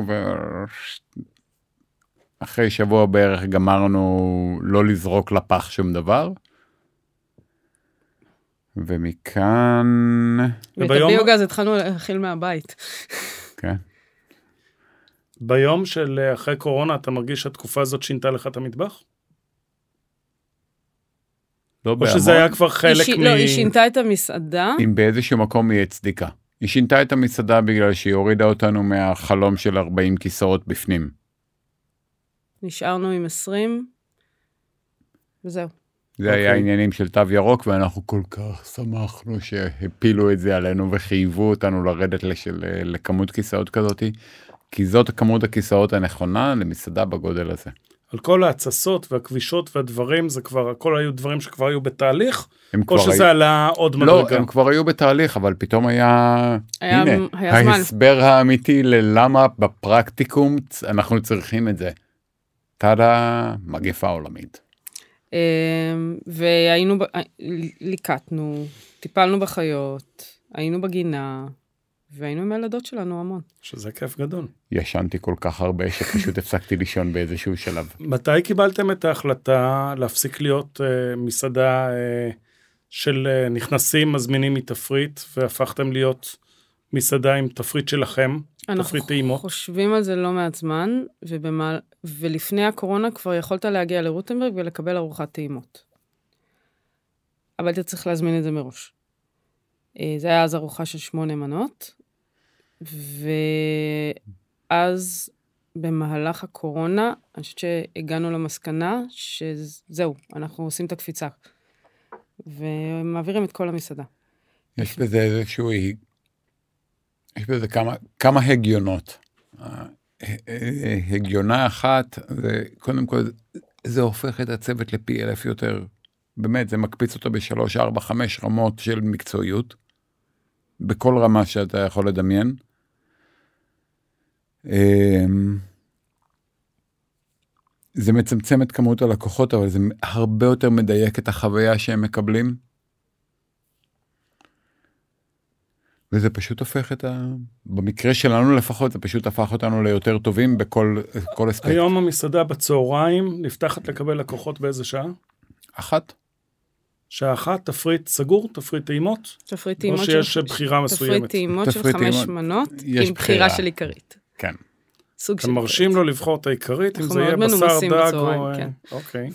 Speaker 2: אחרי שבוע בערך גמרנו לא לזרוק לפח שום דבר. ומכאן...
Speaker 3: ואת הביוגז התחלנו להכיל מהבית.
Speaker 2: כן.
Speaker 1: ביום של אחרי קורונה, אתה מרגיש שהתקופה הזאת שינתה לך את המטבח?
Speaker 2: לא בהמון.
Speaker 1: או שזה היה כבר חלק
Speaker 3: לא, היא שינתה את המסעדה.
Speaker 2: אם באיזשהו מקום היא הצדיקה. היא שינתה את המסעדה בגלל שהיא הורידה אותנו מהחלום של 40 כיסאות בפנים.
Speaker 3: נשארנו עם 20, וזהו.
Speaker 2: זה היה עניינים של תו ירוק, ואנחנו כל כך שמחנו שהפילו את זה עלינו, וחייבו אותנו לרדת לכמות כיסאות כזאת, כי זאת כמות הכיסאות הנכונה למסעדה בגודל הזה.
Speaker 1: על כל ההצסות והכבישות והדברים, זה כבר, הכל היו דברים שכבר היו בתהליך, או שזה עלה עוד מדרגה?
Speaker 2: לא, הם כבר היו בתהליך, אבל פתאום הנה, ההסבר האמיתי ללמה בפרקטיקום אנחנו צריכים את זה. תדה, מגפה עולמית.
Speaker 3: והיינו, ליקטנו, טיפלנו בחיות, היינו בגינה, והיינו עם הילדות שלנו המון.
Speaker 1: שזה כיף גדול.
Speaker 2: ישנתי כל כך הרבה שפשוט הפסקתי לישון באיזשהו שלב.
Speaker 1: מתי קיבלתם את ההחלטה להפסיק להיות מסעדה של נכנסים, מזמינים מתפריט, והפכתם להיות מסעדה עם תפריט שלכם, תפריט טעימות?
Speaker 3: אנחנו חושבים על זה לא מעט זמן, ולפני הקורונה כבר יכולת להגיע לרוטנברג ולקבל ארוחת טעימות. אבל אתה צריך להזמין את זה מראש. זה היה אז ארוחה של 8 מנות, ואז במהלך הקורונה, אני חושבת שהגענו למסקנה שזהו, אנחנו עושים את הקפיצה, ומעבירים את כל המסעדה.
Speaker 2: יש בזה איזשהו, יש בזה כמה הגיונות. הגיונה אחת, זה, קודם כל, זה הופך את הצוות לפי 1000 יותר, באמת, זה מקפיץ אותו ב3, 4, 5 רמות של מקצועיות, בכל רמה שאתה יכול לדמיין. זה מצמצם את כמות הלקוחות, אבל זה הרבה יותר מדייק את החוויה שהם מקבלים. וזה פשוט הופך במקרה שלנו לפחות, זה פשוט הפך אותנו ליותר טובים בכל אספקט.
Speaker 1: היום המסעדה בצהריים נפתחת לקבל לקוחות באיזה שעה?
Speaker 2: אחת.
Speaker 1: שעה אחת, תפריט סגור, תפריט טעימות?
Speaker 3: תפריט טעימות
Speaker 1: או שיש בחירה מסוימת?
Speaker 3: תפריט טעימות של 5 מנות, עם בחירה של עיקרית.
Speaker 2: כן.
Speaker 3: סוג של
Speaker 1: אתם מרשים לו לבחור את העיקרית, אם זה יהיה בשר דג או... אוקיי.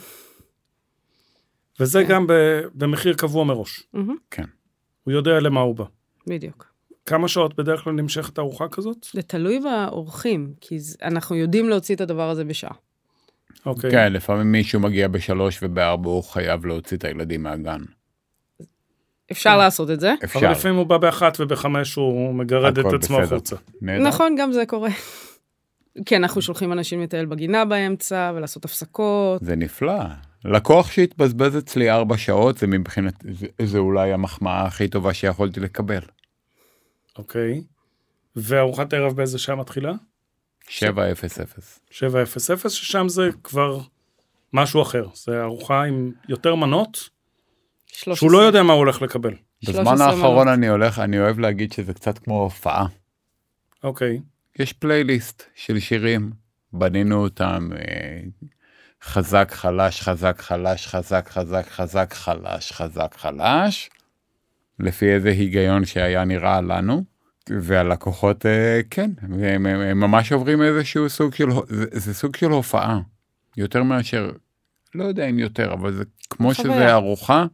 Speaker 1: וזה גם במחיר קבוע מראש.
Speaker 2: כן.
Speaker 1: הוא יודע למה הוא בא.
Speaker 3: בדיוק.
Speaker 1: כמה שעות בדרך כלל נמשכת הארוחה כזאת?
Speaker 3: זה תלוי באורחים, כי אנחנו יודעים להוציא את הדבר הזה בשעה.
Speaker 1: אוקיי.
Speaker 2: כן, לפעמים מישהו מגיע ב3 וב4, הוא חייב להוציא את הילדים מהגן.
Speaker 3: אפשר לעשות את זה.
Speaker 2: אפשר.
Speaker 1: אבל לפעמים הוא בא ב1 וב5 הוא מגרד את עצמו החוצה.
Speaker 3: נכון, גם זה קורה. כי אנחנו שולחים אנשים לטייל בגינה באמצע, ולעשות הפסקות.
Speaker 2: זה נפלא. לקוח שהתבזבז אצלי 4 שעות, זה מבחינת, זה אולי המחמאה הכי טובה שיכולתי לקבל.
Speaker 1: אוקיי. וארוחת ערב באיזה שעה מתחילה?
Speaker 2: 7:00.
Speaker 1: 7:00, ששם זה כבר משהו אחר. זה ארוחה עם יותר מנות,
Speaker 3: 13.
Speaker 1: שהוא לא יודע מה הוא הולך לקבל.
Speaker 2: בזמן האחרון אני אוהב להגיד שזה קצת כמו הופעה.
Speaker 1: אוקיי.
Speaker 2: יש פלייליסט של שירים, בנינו אותם חזק, חלש, חזק, חלש, חזק, חזק, חזק, חלש, חזק, חלש, לפי איזה היגיון שהיה נראה לנו, והלקוחות, כן, הם ממש עוברים איזשהו סוג של, זה סוג של הופעה, יותר מאשר, לא יודע אם יותר, אבל זה כמו שזה ארוחה,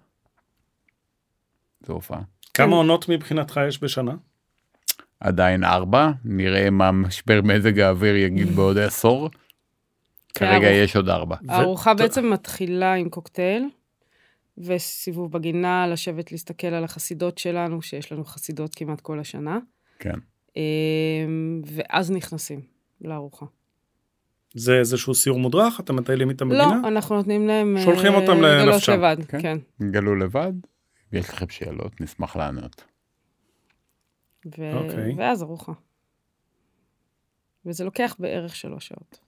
Speaker 2: זה הופעה.
Speaker 1: כמה עונות מבחינתך יש בשנה?
Speaker 2: עדיין 4, נראה מה משבר מזג האוויר יגיד בעוד 10, כרגע יש עוד 4.
Speaker 3: הארוחה בעצם מתחילה עם קוקטייל, וסיבוב בגינה, לשבת להסתכל על החסידות שלנו, שיש לנו חסידות כמעט כל השנה.
Speaker 2: כן.
Speaker 3: ואז נכנסים לארוחה.
Speaker 1: זה איזשהו סיור מודרך? אתם מטיילים איתם בגינה?
Speaker 3: לא, אנחנו נותנים להם...
Speaker 1: שולחים אותם לנפשם.
Speaker 3: לבד, כן.
Speaker 2: גלו לבד, יש לכם שאלות, נשמח לענות.
Speaker 3: ואז ארוחה. וזה לוקח בערך 3 שעות.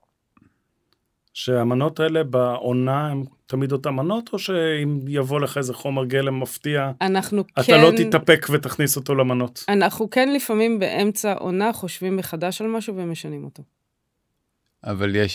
Speaker 1: שהמנות האלה בעונה הן תמיד אותן מנות, או שאם יבוא לך איזה חומר גלם מפתיע, אתה לא תתאפק ותכניס אותו למנות?
Speaker 3: אנחנו כן לפעמים באמצע עונה חושבים מחדש על משהו ומשנים אותו.
Speaker 2: אבל יש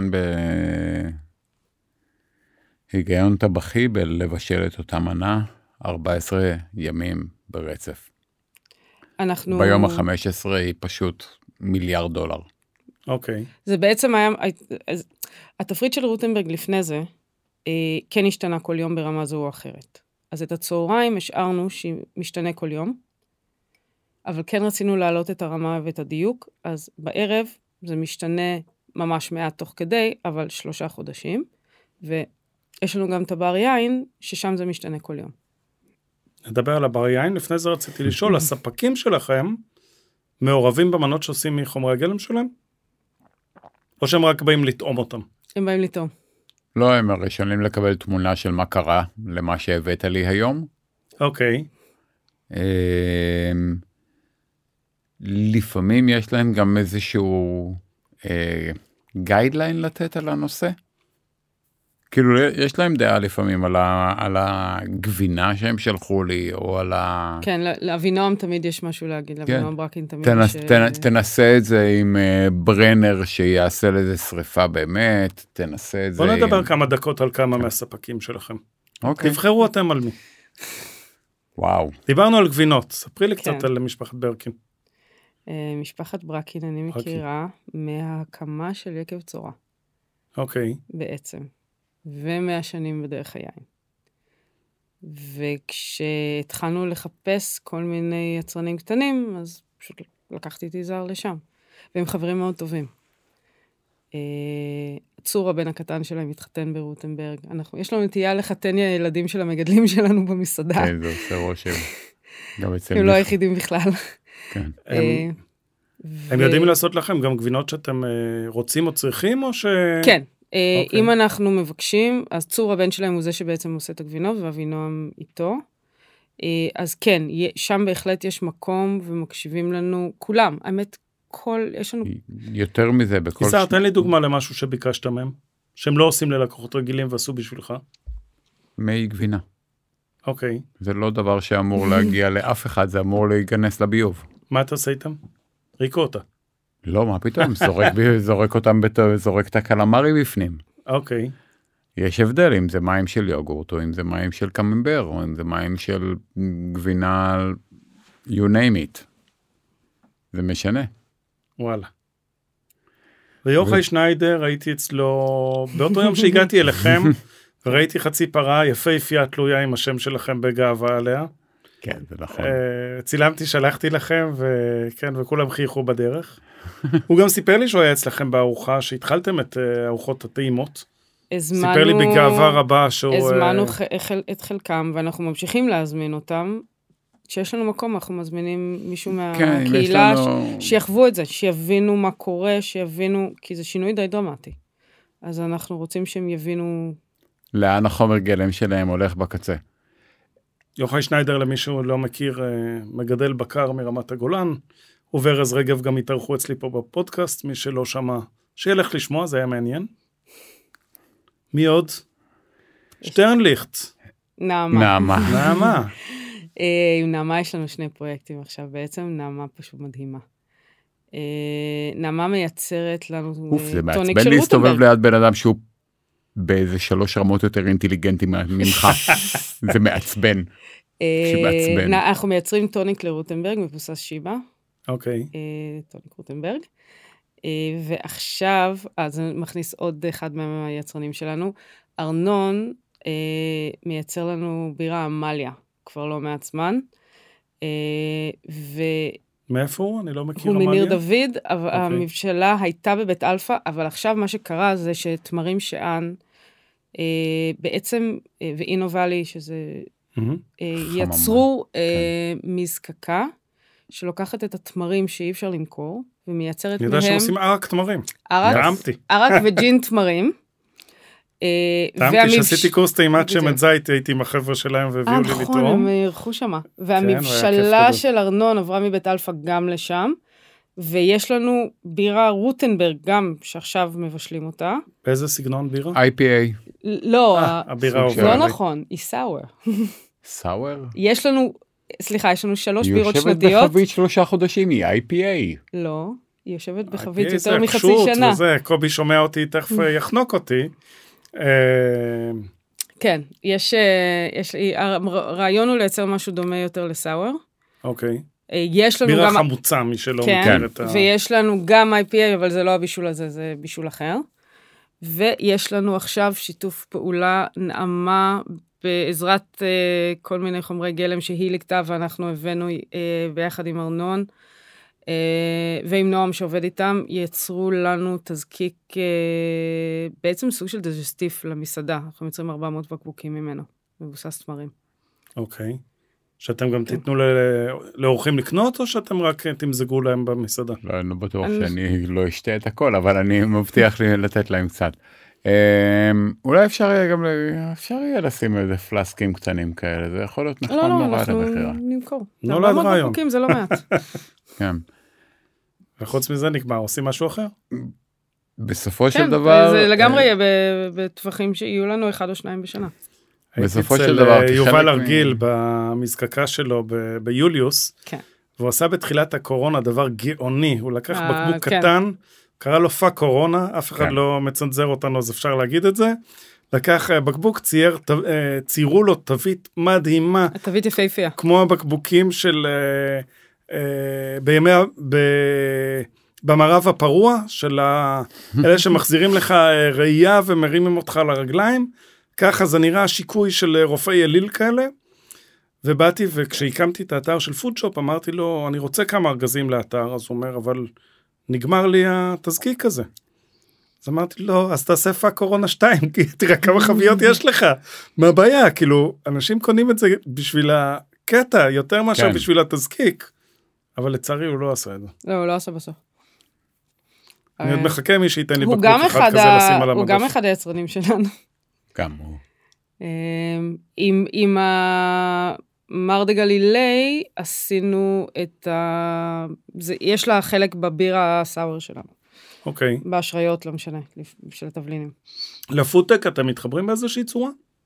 Speaker 2: היגיון טבחי בלבשל את אותה מנה 14 ימים ברצף. ביום ה-15 היא פשוט $1 מיליארד.
Speaker 1: אוקיי.
Speaker 3: זה בעצם היה, התפריט של רוטנברג לפני זה, כן השתנה כל יום ברמה זו או אחרת. אז את הצהריים השארנו שמשתנה כל יום, אבל כן רצינו להעלות את הרמה ואת הדיוק, אז בערב זה משתנה ממש מעט תוך כדי, אבל 3 חודשים, ויש לנו גם את הבר יין, ששם זה משתנה כל יום.
Speaker 1: נדבר על הבר יין, לפני זה רציתי לשאול, הספקים שלכם מעורבים במנות שעושים מחומרי הגלם שלהם? או שהם רק באים לטעום אותם? הם
Speaker 3: באים לטעום.
Speaker 2: לא, הם הראשונים לקבל תמונה של מה קרה למה שהבאת לי היום.
Speaker 1: אוקיי.
Speaker 2: לפעמים יש להם גם איזשהו גיידליין לתת על הנושא. כאילו, יש להם דעה לפעמים על הגבינה שהם שלחו לי, או על ה...
Speaker 3: כן, לאבינועם תמיד יש משהו להגיד, לאבינועם ברקין תמיד יש...
Speaker 2: תנסה את זה עם ברנר שיעשה לזה שריפה באמת, תנסה את זה...
Speaker 1: בוא נדבר כמה דקות על כמה מהספקים שלכם.
Speaker 2: אוקיי.
Speaker 1: תבחרו אתם על מי.
Speaker 2: וואו.
Speaker 1: דיברנו על גבינות, ספרי לי קצת על משפחת ברקין.
Speaker 3: משפחת ברקין אני מכירה מההקמה של יקב צורה.
Speaker 1: אוקיי.
Speaker 3: בעצם. ומהשנים בדרך היין. וכשהתחלנו לחפש כל מיני יצרנים קטנים, אז פשוט לקחתי את יזהר לשם. והם חברים מאוד טובים. צור הבן הקטן שלהם התחתן ברוטנברג. יש לנו נטייה לחתן ילדים של המגדלים שלנו במסעדה.
Speaker 2: כן, זה עושה רושם.
Speaker 3: הם לא היחידים בכלל.
Speaker 2: כן.
Speaker 1: הם יודעים לעשות לכם גם גבינות שאתם רוצים או צריכים, או ש...
Speaker 3: כן. אם אנחנו מבקשים, אז צור הבן שלהם הוא זה שבעצם עושה את הגבינות, ואבינועם איתו. אז כן, שם בהחלט יש מקום, ומקשיבים לנו כולם. האמת, יש לנו...
Speaker 2: יותר מזה בכל...
Speaker 1: יזהר, תן לי דוגמה למשהו שביקשת מהם, שהם לא עושים ללקוחות רגילים ועשו בשבילך.
Speaker 2: מי גבינה.
Speaker 1: אוקיי.
Speaker 2: זה לא דבר שאמור להגיע לאף אחד, זה אמור להיכנס לביוב.
Speaker 1: מה אתה עושה איתם? ריקו אותה.
Speaker 2: לא, מה פתאום? זורק אותם זורק את הקלמרי בפנים.
Speaker 1: אוקיי.
Speaker 2: יש הבדל אם זה מים של יוגורט, או אם זה מים של קממבר, או אם זה מים של גבינה, you name it. זה משנה.
Speaker 1: וואלה. ויוחאי שניידר, הייתי אצלו, באותו יום שהגעתי אליכם, וראיתי חצי פרה יפהפייה תלויה עם השם שלכם בגאווה עליה.
Speaker 2: כן, זה נכון.
Speaker 1: צילמתי, שלחתי לכם, וכן, וכולם חייכו בדרך. הוא גם סיפר לי שהוא היה אצלכם בארוחה, שהתחלתם את ארוחות הטעימות. סיפר לי בגאווה רבה שהוא...
Speaker 3: הזמנו את חלקם, ואנחנו ממשיכים להזמין אותם. כשיש לנו מקום, אנחנו מזמינים מישהו מהקהילה שיחוו את זה, שיבינו מה קורה, שיבינו, כי זה שינוי די דרמטי. אז אנחנו רוצים שהם יבינו...
Speaker 2: לאן החומר גלם שלהם הולך בקצה.
Speaker 1: יוחאי שניידר, למישהו לא מכיר, מגדל בקר מרמת הגולן, וברז רגב גם התארחו אצלי פה בפודקאסט, מי שלא שמע, שילך לשמוע, זה היה מעניין. מי עוד? שטרנליכט. נעמה.
Speaker 3: עם נעמה יש לנו 2 פרויקטים עכשיו, בעצם נעמה פשוט מדהימה. נעמה מייצרת לנו טוניק של רוטנברג.
Speaker 2: זה מעצבן להסתובב ליד בן אדם שהוא באיזה 3 רמות יותר אינטליגנטי ממך. זה מעצבן.
Speaker 3: אנחנו מייצרים טוניק לרוטנברג, מבוסס שיבה.
Speaker 1: אוקיי.
Speaker 3: טוניק רוטנברג. ועכשיו, אז מכניס עוד אחד מהיצרנים שלנו, ארנון מייצר לנו בירה אמליה, כבר לא מעט זמן.
Speaker 1: מאיפה הוא? אני לא מכיר אמליה.
Speaker 3: הוא מניר דוד, המבשלה הייתה בבית אלפא, אבל עכשיו מה שקרה זה שתמרים שען, בעצם, ואינו ואלי, שזה יצרו מזקקה, שלוקחת את התמרים שאי אפשר למכור, ומייצרת מהם...
Speaker 1: אני יודע שעושים ערק תמרים.
Speaker 3: ערק וג'ין תמרים.
Speaker 1: טעמתי שעשיתי קורס טעימת שמן זית, הייתי עם החבר'ה שלהם והביאו לי לתרום.
Speaker 3: נכון, הם ערכו שמה. והמבשלה של ארנון עברה מבית אלפא גם לשם, ויש לנו בירה רוטנברג גם, שעכשיו מבשלים אותה.
Speaker 1: באיזה סגנון בירה?
Speaker 2: IPA.
Speaker 3: לא,
Speaker 1: הבירה עוברת.
Speaker 3: לא נכון, היא סאואר.
Speaker 2: סאואר?
Speaker 3: יש לנו 3 בירות שנתיות.
Speaker 2: היא יושבת בחבית 3 חודשים, היא IPA.
Speaker 3: לא, היא יושבת בחבית יותר מחצי שנה.
Speaker 1: וזה, קובי שומע אותי, תכף יחנוק אותי.
Speaker 3: כן, הרעיון הוא לייצר משהו דומה יותר לסאואר.
Speaker 1: אוקיי.
Speaker 3: יש לנו
Speaker 1: בירה
Speaker 3: גם...
Speaker 1: חמוצה, מי שלא מכיר את ה...
Speaker 3: ויש לנו גם IPA, אבל זה לא הבישול הזה, זה בישול אחר. ויש לנו עכשיו שיתוף פעולה נעמה בעזרת כל מיני חומרי גלם שהיא לקטה, ואנחנו הבאנו ביחד עם ארנון, ועם נועם שעובד איתם, יצרו לנו תזקיק, בעצם סוג של דג'סטיף למסעדה. אנחנו יוצרים 400 בקבוקים ממנו, מבוסס תמרים.
Speaker 1: אוקיי. שאתם גם תיתנו לאורחים לקנות, או שאתם רק תמזגו להם במסעדה?
Speaker 2: לא, אני לא בטוח שאני לא אשתה את הכל, אבל אני מבטיח לי לתת להם קצת. אולי אפשר יהיה לשים איזה פלסקים קטנים כאלה, זה יכול להיות נכון נורא למחירה.
Speaker 3: לא, אנחנו נמכור.
Speaker 1: נולד רעיון.
Speaker 3: בקבוקים זה לא מעט.
Speaker 2: כן.
Speaker 1: וחוץ מזה נגמר, עושים משהו אחר?
Speaker 2: בסופו של דבר...
Speaker 3: כן, זה לגמרי יהיה בטווחים שיהיו לנו 1 או 2 בשנה.
Speaker 2: בסופו של דבר...
Speaker 1: הייתי אצל יובל ארגיל במזקקה שלו ביוליוס, והוא עשה בתחילת הקורונה דבר גאוני, הוא לקח בקבוק קטן, קרא לו פאק קורונה, אף אחד לא מצנזר אותנו, אז אפשר להגיד את זה, לקח בקבוק, ציירו לו תווית מדהימה,
Speaker 3: תווית יפהפייה,
Speaker 1: כמו הבקבוקים של במערב הפרוע, של אלה שמחזירים לך ראייה ומרימים אותך לרגליים, ככה זה נראה שיקוי של רופאי אליל כאלה, ובאתי וכשהקמתי את האתר של פודשופ, אמרתי לו, אני רוצה כמה ארגזים לאתר, אז הוא אומר, אבל נגמר לי התזקיק הזה. אז אמרתי לו, אז תעשה פאק קורונה 2, כי תראה כמה חביות יש לך. מה הבעיה? כאילו, אנשים קונים את זה בשביל הקטע, יותר מאשר בשביל התזקיק. אבל לצערי הוא לא עשה את זה.
Speaker 3: לא, הוא לא עשה בסוף.
Speaker 1: אני עוד מחכה מי שייתן לי בקבוק אחד כזה לשים על המדף.
Speaker 3: הוא גם אחד היצרנים שלנו.
Speaker 2: גם הוא.
Speaker 3: עם מר דה גלילי עשינו את יש לה חלק בבירה הסאואר שלנו.
Speaker 1: אוקיי.
Speaker 3: באשריות, לא משנה, של התבלינים.
Speaker 1: לפודטק אתם מתחברים באיזושהי צורה?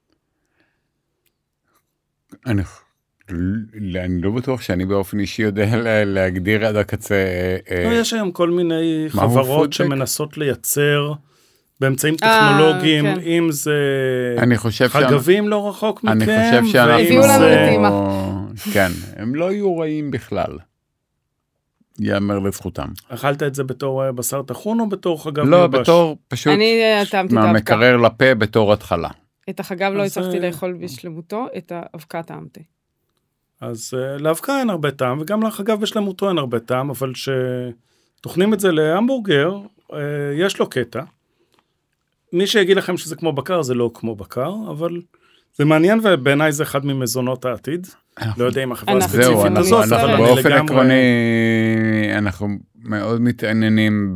Speaker 2: אני לא בטוח שאני באופן אישי יודע להגדיר עד הקצה.
Speaker 1: יש היום כל מיני חברות שמנסות לייצר באמצעים טכנולוגיים,
Speaker 3: כן.
Speaker 1: אם זה
Speaker 2: חושב
Speaker 1: חגבים לא רחוק מכם,
Speaker 2: אני חושב שאנחנו...
Speaker 3: הביאו לנו לטעימה.
Speaker 2: כן, הם לא יהיו רעים בכלל. יאמר לזכותם.
Speaker 1: אכלת את זה בתור בשר טחון או בתור חגב
Speaker 2: לא,
Speaker 1: מיובש?
Speaker 2: בתור פשוט מהמקרר לפה בתור התחלה.
Speaker 3: את החגב לא הצלחתי לאכול בשלמותו, את האבקה טעמתי.
Speaker 1: אז לאבקה אין הרבה טעם, וגם לחגב בשלמותו אין הרבה טעם, אבל שתוכנים את זה להמבורגר, יש לו קטע. מי שיגיד לכם שזה כמו בקר, זה לא כמו בקר, אבל זה מעניין, ובעיניי זה אחד ממזונות העתיד. לא יודע אם החברה הספציפית הזאת, אבל אני לגמרי...
Speaker 2: באופן עקרוני, אנחנו מאוד מתעניינים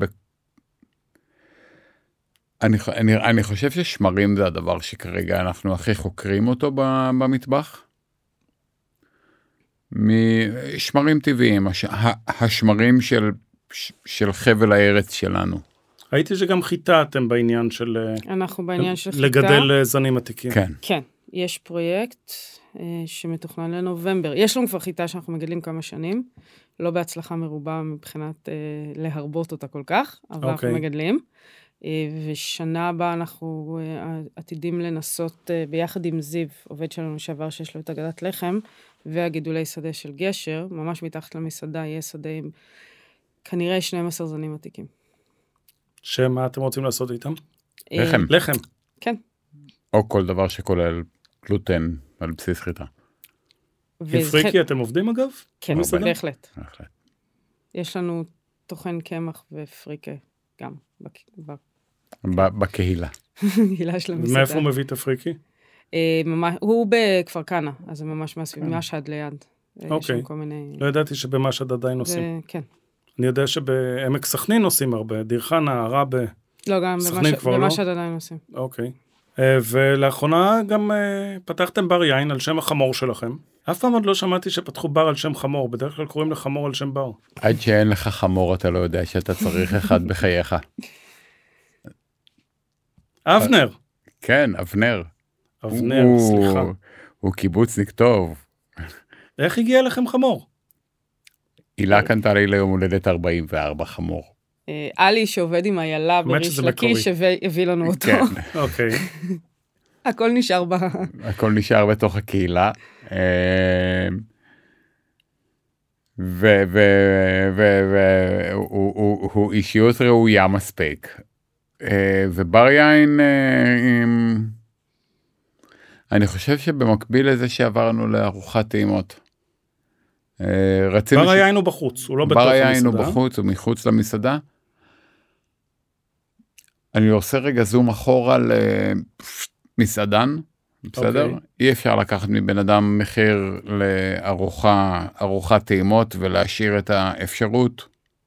Speaker 2: אני חושב ששמרים זה הדבר שכרגע אנחנו הכי חוקרים אותו במטבח. משמרים טבעיים, השמרים של חבל הארץ שלנו.
Speaker 1: ראיתי שגם חיטה אתם בעניין של...
Speaker 3: אנחנו בעניין של חיטה.
Speaker 1: לגדל זנים עתיקים.
Speaker 2: כן.
Speaker 3: כן, יש פרויקט שמתוכנן לנובמבר. יש לנו כבר חיטה שאנחנו מגדלים כמה שנים, לא בהצלחה מרובה מבחינת להרבות אותה כל כך, אבל אנחנו מגדלים. ושנה הבאה אנחנו עתידים לנסות ביחד עם זיו, עובד שלנו שעבר שיש לו את אגדת לחם, והגידולי שדה של גשר, ממש מתחת למסעדה יהיה שדה עם כנראה 12 זנים עתיקים.
Speaker 1: שמה אתם רוצים לעשות איתם?
Speaker 2: לחם.
Speaker 1: לחם.
Speaker 3: כן.
Speaker 2: או כל דבר שכולל גלוטן על בסיס חיטה.
Speaker 1: עם פריקי אתם עובדים אגב?
Speaker 3: כן, בהחלט. יש לנו טוחן קמח ופריקי גם
Speaker 2: בקהילה.
Speaker 3: קהילה של המסעדה.
Speaker 1: מאיפה הוא מביא את הפריקי?
Speaker 3: הוא בכפר כנה, אז זה ממש משהד ליד.
Speaker 1: אוקיי. לא ידעתי שבמשהד עדיין עושים.
Speaker 3: כן.
Speaker 1: אני יודע שבעמק סכנין עושים הרבה, דיר חנה, עראבה.
Speaker 3: לא, גם במשהד עדיין עושים.
Speaker 1: אוקיי. ולאחרונה גם פתחתם בר יין על שם החמור שלכם. אף פעם עוד לא שמעתי שפתחו בר על שם חמור, בדרך כלל קוראים לחמור על שם בר.
Speaker 2: עד שאין לך חמור אתה לא יודע שאתה צריך אחד בחייך.
Speaker 1: אבנר.
Speaker 2: כן, אבנר.
Speaker 1: אבנר, סליחה.
Speaker 2: הוא קיבוצניק טוב.
Speaker 1: איך הגיע לכם חמור?
Speaker 2: הילה קנתה לי ליום הולדת 44 חמור.
Speaker 3: אלי שעובד עם איילה בריש לקיש הביא לנו אותו.
Speaker 2: כן.
Speaker 1: אוקיי.
Speaker 3: הכל נשאר
Speaker 2: הכל נשאר בתוך הקהילה. והוא אישיות ראויה מספיק. ובר יין, אני חושב שבמקביל לזה שעברנו לארוחת טעימות.
Speaker 1: בר היין הוא בחוץ, הוא לא בתוך המסעדה.
Speaker 2: בר היין הוא בחוץ, הוא מחוץ למסעדה. אני עושה רגע זום אחורה למסעדן, בסדר? אי אפשר לקחת מבן אדם מחיר לארוחת טעימות ולהשאיר את האפשרות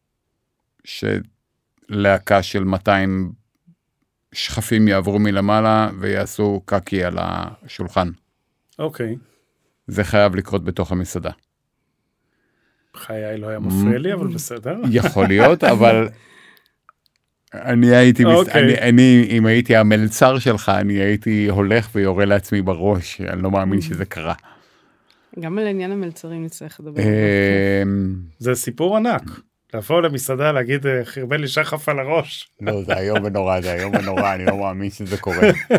Speaker 2: שלהקה של 200 שכפים יעברו מלמעלה ויעשו קקי על השולחן.
Speaker 1: אוקיי.
Speaker 2: זה חייב לקרות בתוך המסעדה.
Speaker 1: חיי לא היה מפריע לי, אבל בסדר.
Speaker 2: יכול להיות, אבל אני הייתי, אם הייתי המלצר שלך, אני הייתי הולך ויורה לעצמי בראש, אני לא מאמין שזה קרה.
Speaker 3: גם על עניין המלצרים נצטרך לדבר.
Speaker 1: זה סיפור ענק. לבוא למסעדה להגיד, חרבל לי שחף על הראש.
Speaker 2: לא, זה היום ונורא, אני לא מאמין שזה קורה.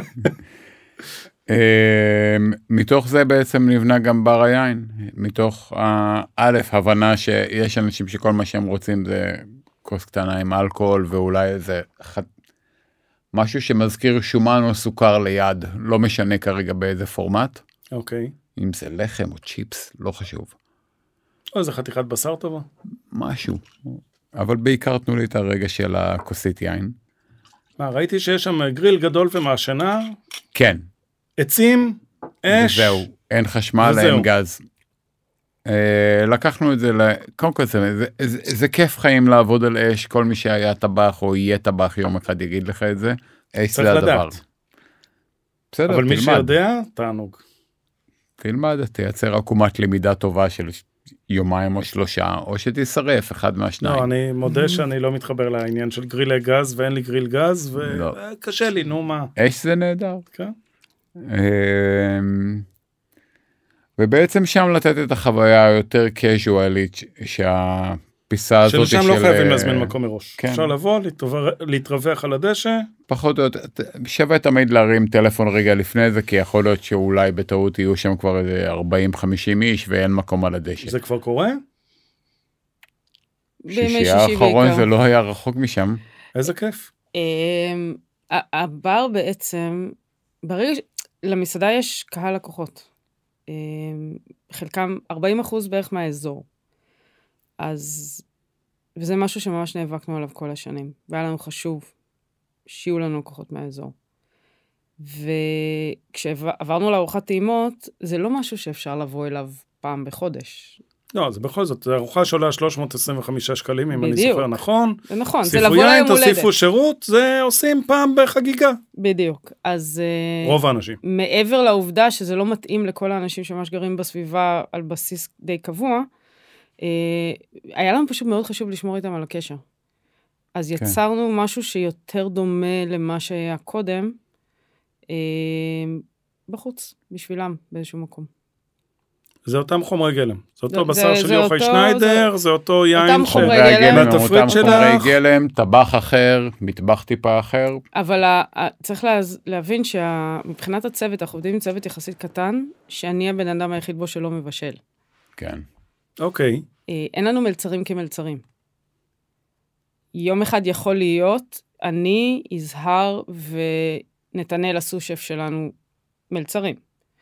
Speaker 2: מתוך זה בעצם נבנה גם בר היין, מתוך א', הבנה שיש אנשים שכל מה שהם רוצים זה כוס קטנה עם אלכוהול, ואולי איזה משהו שמזכיר שומן או סוכר ליד, לא משנה כרגע באיזה פורמט.
Speaker 1: אוקיי.
Speaker 2: אם זה לחם או צ'יפס, לא חשוב.
Speaker 1: או איזה חתיכת בשר טובה.
Speaker 2: משהו. אבל בעיקר תנו לי את הרגע של הכוסית יין.
Speaker 1: ראיתי שיש שם גריל גדול ומעשנה.
Speaker 2: כן.
Speaker 1: עצים, אש.
Speaker 2: וזהו, אין חשמל, אין גז. לקחנו את זה, קודם כל זה כיף חיים לעבוד על אש, כל מי שהיה טבח או יהיה טבח יום אחד יגיד לך את זה. אש זה הדבר. בסדר,
Speaker 1: אבל מי שיודע, תענוג.
Speaker 2: תלמד, תייצר עקומת למידה טובה של יומיים או 3, או שתשרף אחד מהשניים.
Speaker 1: לא, אני מודה שאני לא מתחבר לעניין של גרילי גז, ואין לי גריל גז, וקשה לי, נו מה.
Speaker 2: אש זה נהדר.
Speaker 1: כן. ובעצם
Speaker 2: שם לתת את החוויה היותר קזואלית, שהפתרון התפיסה הזאת
Speaker 1: שלשם לא חייבים להזמין מקום מראש.
Speaker 2: כן.
Speaker 1: אפשר לבוא, להתרווח על הדשא.
Speaker 2: פחות או יותר, שווה תמיד להרים טלפון רגע לפני זה, כי יכול להיות שאולי בטעות יהיו שם כבר איזה 40-50 איש, ואין מקום על הדשא.
Speaker 1: זה כבר קורה?
Speaker 2: שישי האחרון זה לא היה רחוק משם.
Speaker 1: איזה כיף.
Speaker 3: הבר בעצם, ברגע למסעדה יש קהל לקוחות. חלקם 40% בערך מהאזור. אז, וזה משהו שממש נאבקנו עליו כל השנים. והיה לנו חשוב שיהיו לנו לקוחות מהאזור. וכשעברנו לארוחת טעימות, זה לא משהו שאפשר לבוא אליו פעם בחודש.
Speaker 1: לא, זה בכל זאת, זה ארוחה שעולה 325 שקלים, אם אני זוכר נכון.
Speaker 3: זה נכון, זה לבוא ליום הולדת.
Speaker 1: תוסיפו שירות, זה עושים פעם בחגיגה.
Speaker 3: בדיוק, אז...
Speaker 1: רוב האנשים.
Speaker 3: מעבר לעובדה שזה לא מתאים לכל האנשים שממש גרים בסביבה על בסיס די קבוע, היה לנו פשוט מאוד חשוב לשמור איתם על הקשר. אז יצרנו משהו שיותר דומה למה שהיה קודם, בחוץ, בשבילם, באיזשהו מקום.
Speaker 1: זה אותם חומרי גלם. זה אותו בשר של יוחאי שניידר, זה אותו יין
Speaker 3: אותם חומרי גלם.
Speaker 1: מהתפריט שלך.
Speaker 2: חומרי גלם, טבח אחר, מטבח טיפה אחר.
Speaker 3: אבל צריך להבין שמבחינת הצוות, אנחנו עובדים עם צוות יחסית קטן, שאני הבן אדם היחיד בו שלא מבשל.
Speaker 2: כן.
Speaker 1: אוקיי.
Speaker 3: אין לנו מלצרים כמלצרים. יום אחד יכול להיות, אני, יזהר ונתנאל הסו-שף שלנו מלצרים.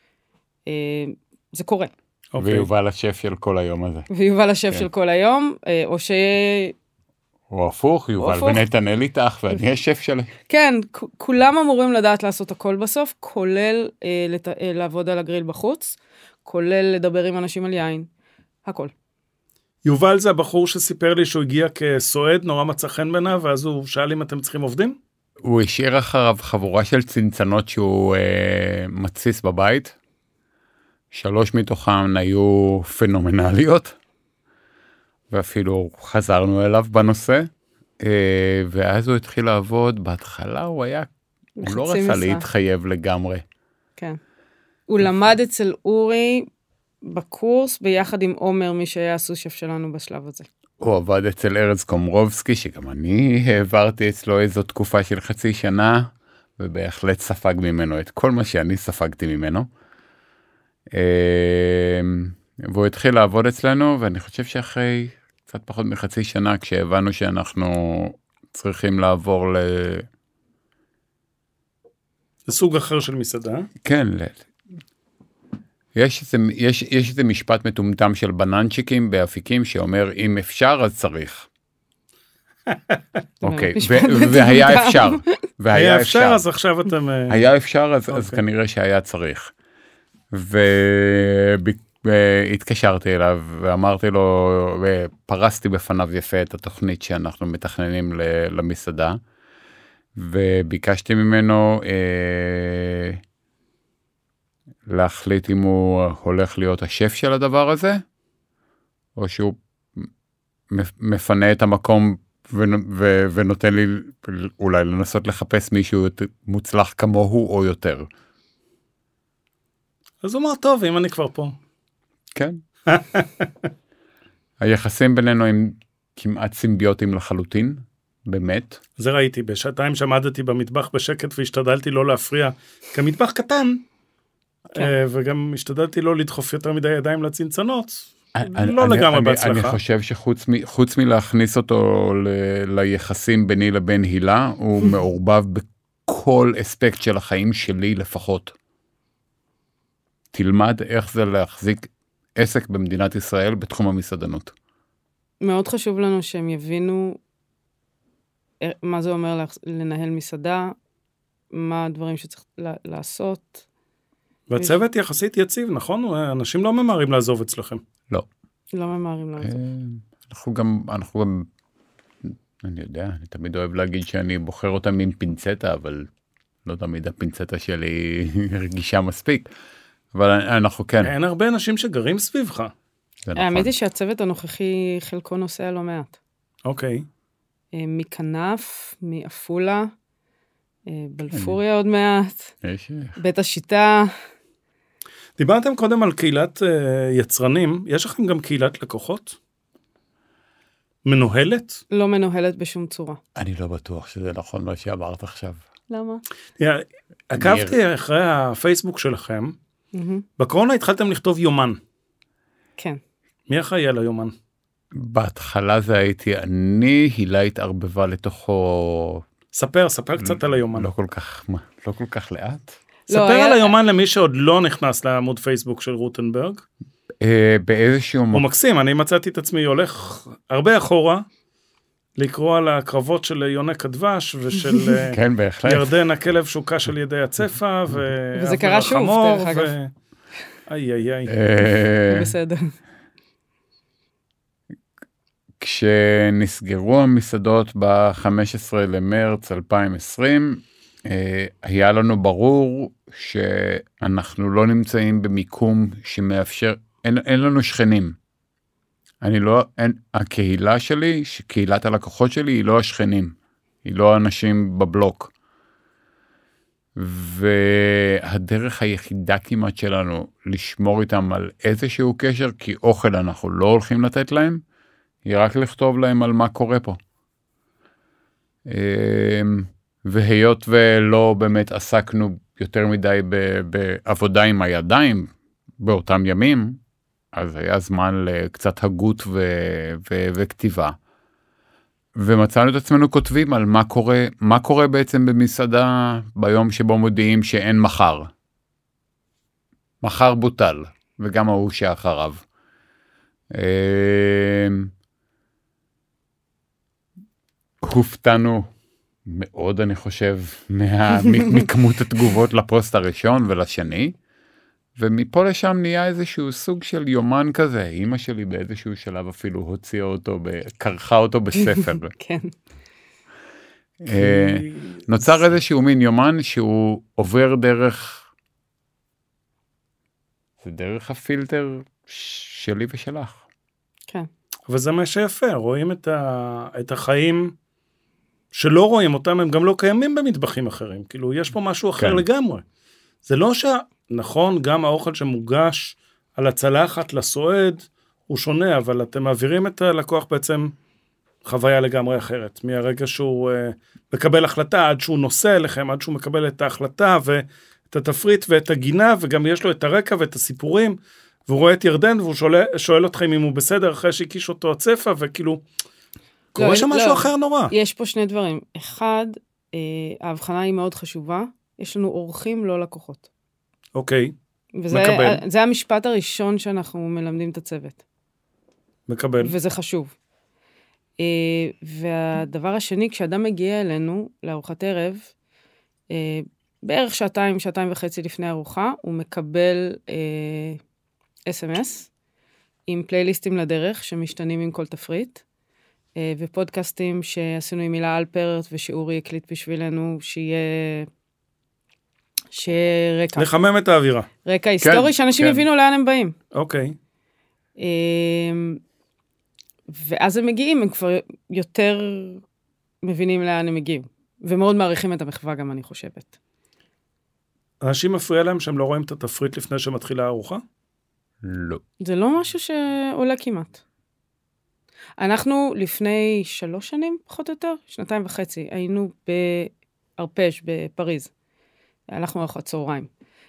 Speaker 3: זה קורה.
Speaker 2: ויובל השף של כל היום הזה.
Speaker 3: ויובל השף של כל היום, או ש...
Speaker 2: או הפוך, יובל ונתנאל איתך, ואני השף שלי.
Speaker 3: כן, כולם אמורים לדעת לעשות הכל בסוף, כולל לעבוד על הגריל בחוץ, כולל לדבר עם אנשים על יין, הכל.
Speaker 1: יובל זה הבחור שסיפר לי שהוא הגיע כסועד, נורא מצא חן בעיניו, ואז הוא שאל אם אתם צריכים עובדים?
Speaker 2: הוא השאיר אחריו חבורה של צנצנות שהוא מתסיס בבית, 3 מתוכן היו פנומנליות, ואפילו חזרנו אליו בנושא, ואז הוא התחיל לעבוד, בהתחלה הוא לא רצה להתחייב לגמרי.
Speaker 3: כן. הוא למד אצל אורי בקורס, ביחד עם עומר, מי שהיה הסו-שף שלנו בשלב הזה.
Speaker 2: הוא עבד אצל ארז קומרובסקי, שגם אני העברתי אצלו איזו תקופה של חצי שנה, ובהחלט ספג ממנו את כל מה שאני ספגתי ממנו. והוא התחיל לעבוד אצלנו, ואני חושב שאחרי קצת פחות מחצי שנה, כשהבנו שאנחנו צריכים לעבור
Speaker 1: לסוג אחר של מסעדה.
Speaker 2: כן, יש איזה משפט מטומטם של בננצ'יקים באפיקים, שאומר, אם אפשר, אז צריך. אוקיי, והיה אפשר.
Speaker 1: היה אפשר, אז עכשיו אתם...
Speaker 2: היה אפשר, אז כנראה שהיה צריך. והתקשרתי אליו ואמרתי לו, ופרסתי בפניו יפה את התוכנית שאנחנו מתכננים למסעדה, וביקשתי ממנו להחליט אם הוא הולך להיות השף של הדבר הזה, או שהוא מפנה את המקום ונותן לי אולי לנסות לחפש מישהו מוצלח כמוהו או יותר.
Speaker 1: אז הוא אמר, טוב, אם אני כבר פה.
Speaker 2: כן. היחסים בינינו הם כמעט סימביוטיים לחלוטין, באמת.
Speaker 1: זה ראיתי, בשעתיים שעמדתי במטבח בשקט והשתדלתי לא להפריע, כמטבח קטן, וגם השתדלתי לא לדחוף יותר מדי ידיים לצנצנות, לא לגמרי בהצלחה.
Speaker 2: אני חושב שחוץ מלהכניס אותו ליחסים ביני לבין הילה, הוא מעורבב בכל אספקט של החיים שלי לפחות. תלמד איך זה להחזיק עסק במדינת ישראל בתחום המסעדנות.
Speaker 3: מאוד חשוב לנו שהם יבינו מה זה אומר לנהל מסעדה, מה הדברים שצריך לעשות.
Speaker 1: והצוות יחסית יציב, נכון? אנשים לא ממהרים לעזוב אצלכם.
Speaker 2: לא.
Speaker 3: לא ממהרים לעזוב.
Speaker 2: אנחנו גם, אני יודע, אני תמיד אוהב להגיד שאני בוחר אותם עם פינצטה, אבל לא תמיד הפינצטה שלי רגישה מספיק. אבל אנחנו כן.
Speaker 1: אין הרבה אנשים שגרים סביבך.
Speaker 3: האמת היא שהצוות הנוכחי חלקו נוסע לא מעט.
Speaker 1: אוקיי.
Speaker 3: מכנף, מאפולה, בלפוריה עוד מעט, בית השיטה.
Speaker 1: דיברתם קודם על קהילת יצרנים, יש לכם גם קהילת לקוחות? מנוהלת?
Speaker 3: לא מנוהלת בשום צורה.
Speaker 2: אני לא בטוח שזה נכון מה שאמרת עכשיו.
Speaker 3: למה?
Speaker 1: עקבתי אחרי הפייסבוק שלכם, בקורונה התחלתם לכתוב יומן.
Speaker 3: כן.
Speaker 1: מי אחראי על היומן?
Speaker 2: בהתחלה זה הייתי אני, הילה התערבבה לתוכו.
Speaker 1: ספר קצת על היומן.
Speaker 2: לא כל כך לאט.
Speaker 1: ספר על היומן למי שעוד לא נכנס לעמוד פייסבוק של רוטנברג.
Speaker 2: באיזשהו...
Speaker 1: הוא מקסים, אני מצאתי את עצמי הולך הרבה אחורה, לקרוא על הקרבות של יונק הדבש ושל
Speaker 2: כן, בהחלט.
Speaker 1: ירדן הכלב שוקש על ידי הצפה,
Speaker 3: וזה קרה שוב, דרך אגב.
Speaker 1: איי.
Speaker 3: בסדר.
Speaker 2: כשנסגרו המסעדות ב-15 למרץ 2020, היה לנו ברור שאנחנו לא נמצאים במיקום שמאפשר, אין לנו שכנים. הקהילה שלי, קהילת הלקוחות שלי, היא לא השכנים, היא לא האנשים בבלוק. והדרך היחידה כמעט שלנו לשמור איתם על איזשהו קשר, כי אוכל אנחנו לא הולכים לתת להם, היא רק לכתוב להם על מה קורה פה. והיות ולא באמת עסקנו יותר מדי בעבודה עם הידיים באותם ימים, אז היה זמן לקצת הגות וכתיבה. ומצאנו את עצמנו כותבים על מה קורה בעצם במסעדה ביום שבו מודיעים שאין מחר. מחר בוטל, וגם ההוא שאחריו. הופתענו מאוד, אני חושב, מכמות התגובות לפוסט הראשון ולשני, ומפה לשם נהיה איזשהו סוג של יומן כזה. אמא שלי באיזשהו שלב אפילו הוציאה אותו, קרחה אותו בספר.
Speaker 3: כן.
Speaker 2: נוצר איזשהו מין יומן שהוא עובר דרך הפילטר שלי ושלך.
Speaker 3: כן.
Speaker 1: וזה מה שיפה, רואים את החיים שלא רואים אותם, הם גם לא קיימים במטבחים אחרים. כאילו, יש פה משהו אחר לגמרי. זה לא נכון, גם האוכל שמוגש על הצלחת לסועד, הוא שונה, אבל אתם מעבירים את הלקוח בעצם חוויה לגמרי אחרת. מהרגע שהוא מקבל החלטה, עד שהוא נוסע אליכם, עד שהוא מקבל את ההחלטה, ואת התפריט ואת הגינה, וגם יש לו את הרקע ואת הסיפורים, והוא רואה את ירדן, והוא שואל אתכם אם הוא בסדר, אחרי שהקיש אותו הצפה, וכאילו, קורה שם משהו אחר נורא.
Speaker 3: יש פה שני דברים. אחד, ההבחנה היא מאוד חשובה, יש לנו אורחים, לא לקוחות.
Speaker 1: אוקיי,
Speaker 3: מקבל. זה המשפט הראשון שאנחנו מלמדים את הצוות.
Speaker 1: מקבל.
Speaker 3: וזה חשוב. והדבר השני, כשאדם מגיע אלינו לארוחת ערב, בערך שעתיים וחצי לפני ארוחה, הוא מקבל SMS עם פלייליסטים לדרך, שמשתנים עם כל תפריט, ופודקאסטים שעשינו עם מילה אלפרט, ושאורי הקליט בשבילנו, שיהיה רקע.
Speaker 1: לחמם את האווירה.
Speaker 3: רקע היסטורי, שאנשים יבינו לאן הם באים.
Speaker 1: אוקיי.
Speaker 3: ואז הם מגיעים, הם כבר יותר מבינים לאן הם הגיעו. ומאוד מעריכים את המחווה גם, אני חושבת.
Speaker 1: אנשים מפריע להם שהם לא רואים את התפריט לפני שמתחילה הארוחה?
Speaker 2: לא.
Speaker 3: זה לא משהו שעולה כמעט. אנחנו לפני 3 שנים, פחות או יותר, 2.5, היינו בארפש, בפריז. הלכנו ארוחת צהריים.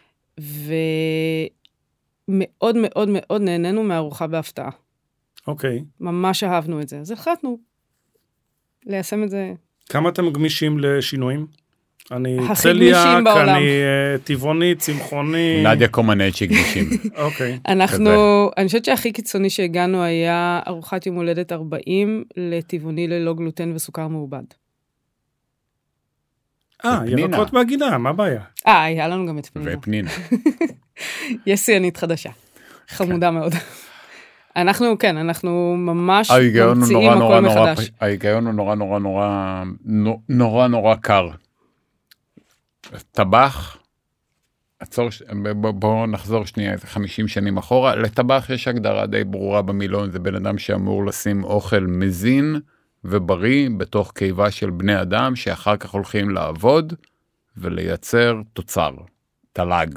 Speaker 3: ומאוד מאוד מאוד נהנינו מהארוחה בהפתעה.
Speaker 1: אוקיי.
Speaker 3: ממש אהבנו את זה. אז החלטנו ליישם את זה.
Speaker 1: כמה אתם גמישים לשינויים? אני
Speaker 3: צליאק,
Speaker 1: אני טבעוני, צמחוני.
Speaker 2: נדיה קומנצ'י גמישים.
Speaker 1: אוקיי.
Speaker 3: אני חושבת שהכי קיצוני שהגענו היה ארוחת יום הולדת 40 לטבעוני ללא גלוטן וסוכר מעובד.
Speaker 1: ירקות מהגינה, מה הבעיה?
Speaker 3: היה לנו גם את פנינה.
Speaker 2: ופנינה.
Speaker 3: יש שיאנית חדשה. חמודה מאוד. אנחנו ממש ממציאים הכל מחדש.
Speaker 2: ההיגיון הוא נורא קר. טבח, בואו נחזור שנייה, 50 שנים אחורה, לטבח יש הגדרה די ברורה במילון, זה בן אדם שאמור לשים אוכל מזין ובריא בתוך קיבה של בני אדם, שאחר כך הולכים לעבוד ולייצר תוצר, תל"ג.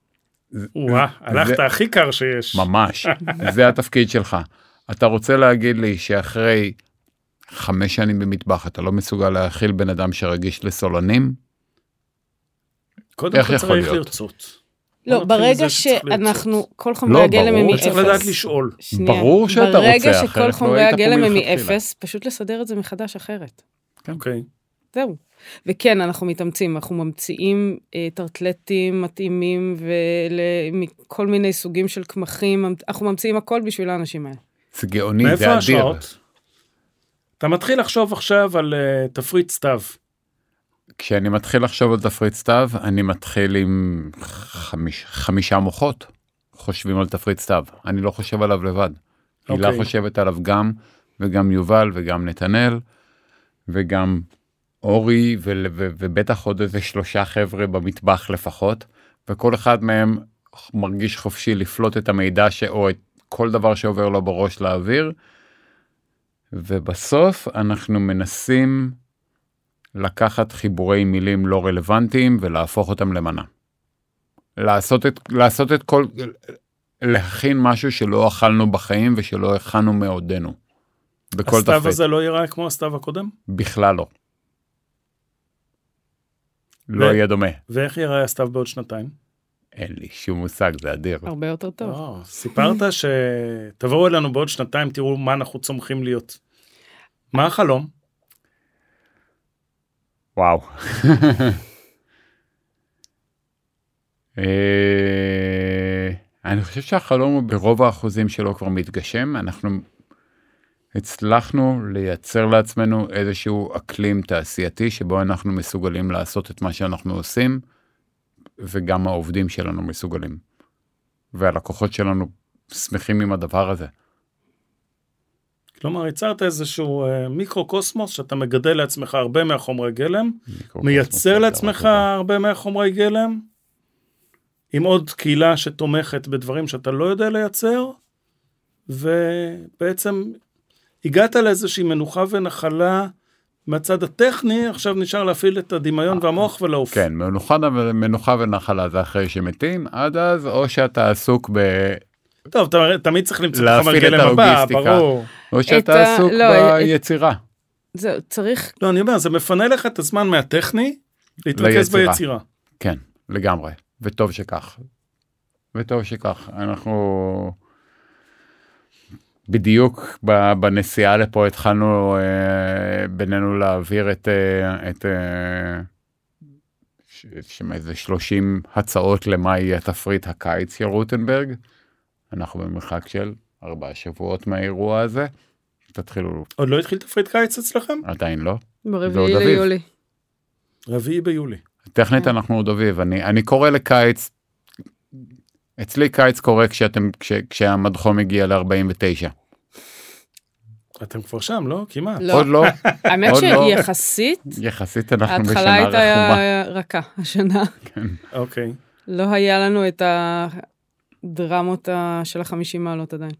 Speaker 1: הלכת הכי קר שיש.
Speaker 2: ממש, זה התפקיד שלך. אתה רוצה להגיד לי שאחרי 5 שנים במטבח, אתה לא מסוגל להאכיל בן אדם שרגיש לסולנים?
Speaker 1: קודם כל צריך לרצות.
Speaker 3: לא, ברגע שאנחנו, כל חומרי הגלם הם מ-0.
Speaker 1: צריך לדעת לשאול.
Speaker 2: ברור שאתה רוצה אחרת.
Speaker 3: ברגע שכל חומרי הגלם הם מ-0, פשוט לסדר את זה מחדש אחרת.
Speaker 1: אוקיי.
Speaker 3: זהו. וכן, אנחנו מתאמצים, אנחנו ממציאים טרטלטים מתאימים, ומכל מיני סוגים של קמחים, אנחנו ממציאים הכל בשביל האנשים האלה.
Speaker 2: זה גאוני, זה אדיר.
Speaker 1: מאיפה השעות? אתה מתחיל לחשוב עכשיו על תפריט סתיו.
Speaker 2: כשאני מתחיל לחשוב על תפריט סתיו, אני מתחיל עם 5 מוחות חושבים על תפריט סתיו. אני לא חושב עליו לבד. הילה חושבת עליו גם, וגם יובל, וגם נתנאל, וגם אורי, ובטח עוד איזה 3 חבר'ה במטבח לפחות, וכל אחד מהם מרגיש חופשי לפלוט את המידע או את כל דבר שעובר לו בראש לאוויר, ובסוף אנחנו מנסים לקחת חיבורי מילים לא רלוונטיים ולהפוך אותם למנה. לעשות את כל, להכין משהו שלא אכלנו בחיים ושלא הכנו מעודנו.
Speaker 1: הסתיו הזה לא ייראה כמו הסתיו הקודם?
Speaker 2: בכלל לא. לא יהיה דומה.
Speaker 1: ואיך ייראה הסתיו בעוד 2?
Speaker 2: אין לי שום מושג, זה אדיר.
Speaker 3: הרבה יותר טוב.
Speaker 1: סיפרת שתבואו אלינו בעוד 2, תראו מה אנחנו צומחים להיות. מה החלום?
Speaker 2: וואו. אני חושב שהחלום הוא ברוב האחוזים שלו כבר מתגשם. אנחנו הצלחנו לייצר לעצמנו איזשהו אקלים תעשייתי שבו אנחנו מסוגלים לעשות את מה שאנחנו עושים, וגם העובדים שלנו מסוגלים. והלקוחות שלנו שמחים עם הדבר הזה.
Speaker 1: כלומר, יצרת איזשהו מיקרו-קוסמוס, שאתה מגדל לעצמך הרבה מהחומרי גלם, מייצר לעצמך הרבה מהחומרי גלם, עם עוד קהילה שתומכת בדברים שאתה לא יודע לייצר, ובעצם הגעת לאיזושהי מנוחה ונחלה מהצד הטכני, עכשיו נשאר להפעיל את הדמיון והמוח ולעוף.
Speaker 2: כן, מנוחה ונחלה זה אחרי שמתים, עד אז או שאתה עסוק
Speaker 1: טוב, תמיד צריך למצוא את החומר גלם הבא, ברור.
Speaker 2: או שאתה עסוק ביצירה.
Speaker 3: זה צריך...
Speaker 1: לא, אני אומר, זה מפנה לך את הזמן מהטכני, להתרכז ביצירה.
Speaker 2: כן, לגמרי. וטוב שכך. וטוב שכך. אנחנו בדיוק בנסיעה לפה התחלנו בינינו להעביר את איזה 30 הצעות למה יהיה תפריט הקיץ של רוטנברג. אנחנו במרחק של 4 שבועות מהאירוע הזה. תתחילו...
Speaker 1: עוד לא התחיל תפריט קיץ אצלכם?
Speaker 2: עדיין לא.
Speaker 3: ב4 ליולי.
Speaker 1: 4 ביולי.
Speaker 2: טכנית אנחנו עוד אביב. אני קורא לקיץ, אצלי קיץ קורה כשהמדחום מגיע ל-49.
Speaker 1: אתם כבר שם, לא? כמעט.
Speaker 2: עוד לא.
Speaker 3: האמת שיחסית,
Speaker 2: יחסית אנחנו בשנה
Speaker 3: ההתחלה
Speaker 2: רחומה.
Speaker 3: הייתה רכה השנה.
Speaker 1: אוקיי.
Speaker 3: לא היה לנו את הדרמות של 50 מעלות עדיין.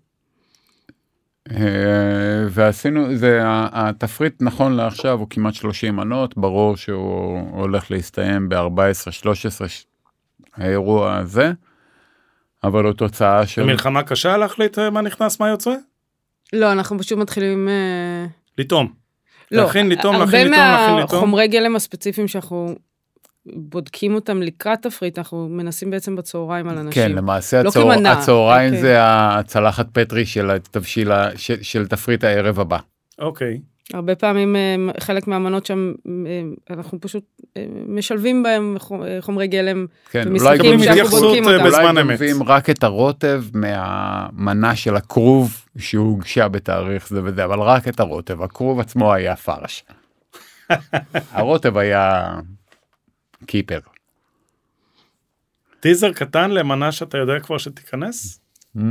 Speaker 2: ועשינו, התפריט נכון לעכשיו הוא כמעט 30 מנות, ברור שהוא הולך להסתיים ב-14-13 האירוע הזה, אבל הוא תוצאה של...
Speaker 1: המלחמה קשה להחליט מה נכנס, מה יוצא?
Speaker 3: לא, אנחנו פשוט מתחילים...
Speaker 1: לטום.
Speaker 3: לא,
Speaker 1: להכין, לטום,
Speaker 3: הרבה מהחומרי גלם הספציפיים שאנחנו בודקים אותם לקראת תפריט, אנחנו מנסים בעצם בצהריים על אנשים.
Speaker 2: כן, למעשה
Speaker 3: לא כמנה.
Speaker 2: הצהריים זה הצלחת פטרי של התבשיל של תפריט הערב הבא.
Speaker 1: אוקיי.
Speaker 3: הרבה פעמים חלק מהמנות שם, אנחנו פשוט משלבים בהם חומרי גלם,
Speaker 2: כן,
Speaker 3: ומשחקים שאנחנו בודקים אותם.
Speaker 2: אולי גונבים רק את הרוטב מהמנה של הכרוב שהוגשה בתאריך זה וזה, אבל רק את הרוטב, הכרוב עצמו היה פרש. הרוטב היה קיפר.
Speaker 1: טיזר קטן למנה שאתה יודע כבר שתיכנס?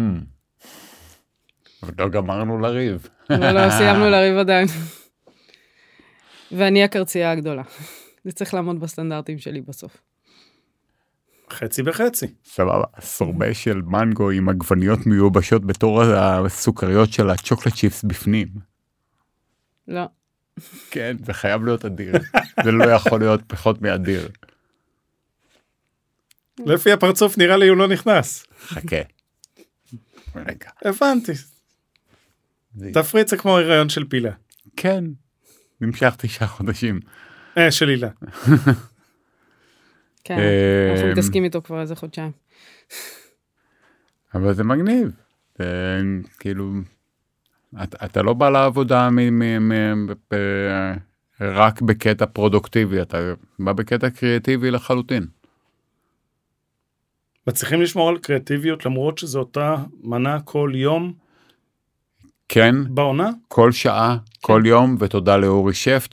Speaker 2: לא גמרנו לריב.
Speaker 3: לא סיימנו לריב עדיין. ואני הקרצייה הגדולה. זה צריך לעמוד בסטנדרטים שלי בסוף.
Speaker 1: חצי בחצי.
Speaker 2: סבבה, סורבה של מנגו עם עגבניות מיובשות בתור הסוכריות של הצ'וקלט צ'יפס בפנים.
Speaker 3: לא.
Speaker 2: כן, זה חייב להיות אדיר. זה לא יכול להיות פחות מאדיר.
Speaker 1: לפי הפרצוף נראה לי הוא לא נכנס.
Speaker 2: חכה. רגע.
Speaker 1: הבנתי. תפריט זה כמו הריון של פילה.
Speaker 2: כן, נמשך 9 חודשים.
Speaker 1: שלי לא.
Speaker 3: כן, אנחנו מתעסקים איתו כבר איזה חודשיים.
Speaker 2: אבל זה מגניב. כאילו, אתה לא בא לעבודה רק בקטע פרודוקטיבי, אתה בא בקטע קריאטיבי לחלוטין.
Speaker 1: מצליחים לשמור על קריאטיביות למרות שזו אותה מנה כל יום?
Speaker 2: כן.
Speaker 1: בעונה?
Speaker 2: כל שעה, כל יום, ותודה לאורי שפט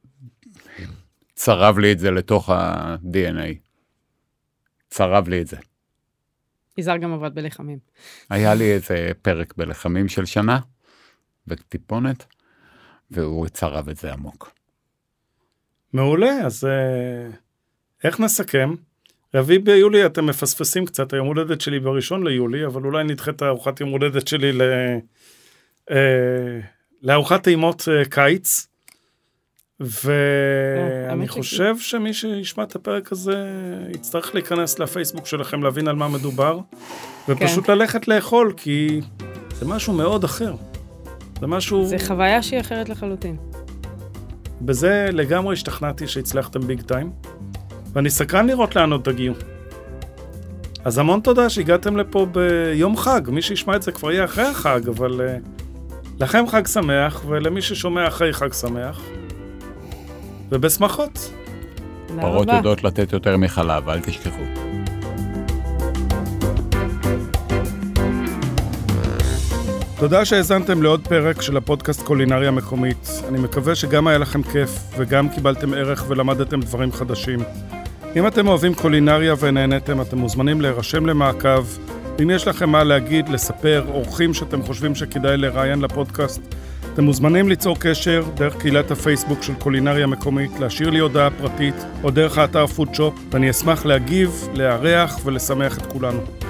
Speaker 2: שצרב לי את זה לתוך ה-DNA. צרב לי את זה.
Speaker 3: יזהר גם עבד בלחמים.
Speaker 2: היה לי איזה פרק בלחמים של שנה, וטיפונת, והוא צרב את זה עמוק.
Speaker 1: מעולה, אז איך נסכם? רביעי ביולי אתם מפספסים קצת, היום הולדת שלי ב1 ליולי, אבל אולי נדחה את הארוחת יום הולדת שלי לארוחת טעימות קיץ, ואני חושב שמי שישמע את הפרק הזה יצטרך להיכנס לפייסבוק שלכם, להבין על מה מדובר, ופשוט ללכת לאכול, כי זה משהו מאוד אחר.
Speaker 3: זה חוויה שהיא אחרת לחלוטין.
Speaker 1: בזה לגמרי השתכנעתי שהצלחתם ביג טיים, ואני סקרן לראות לאן עוד תגיעו. אז המון תודה שהגעתם לפה ביום חג, מי שישמע את זה כבר יהיה אחרי החג, אבל לכם חג שמח, ולמי ששומע אחרי חג שמח, ובשמחות.
Speaker 2: פרות יודעות לתת יותר מחלב, אל תשכחו.
Speaker 1: תודה שהאזנתם לעוד פרק של הפודקאסט קולינריה מקומית. אני מקווה שגם היה לכם כיף וגם קיבלתם ערך ולמדתם דברים חדשים. אם אתם אוהבים קולינריה ונהנתם, אתם מוזמנים להירשם למעקב. אם יש לכם מה להגיד, לספר, אורחים שאתם חושבים שכדאי לראיין לפודקאסט, אתם מוזמנים ליצור קשר דרך קהילת הפייסבוק של קולינריה מקומית, להשאיר לי הודעה פרטית או דרך האתר פודשופ, ואני אשמח להגיב, לארח ולשמח את כולנו.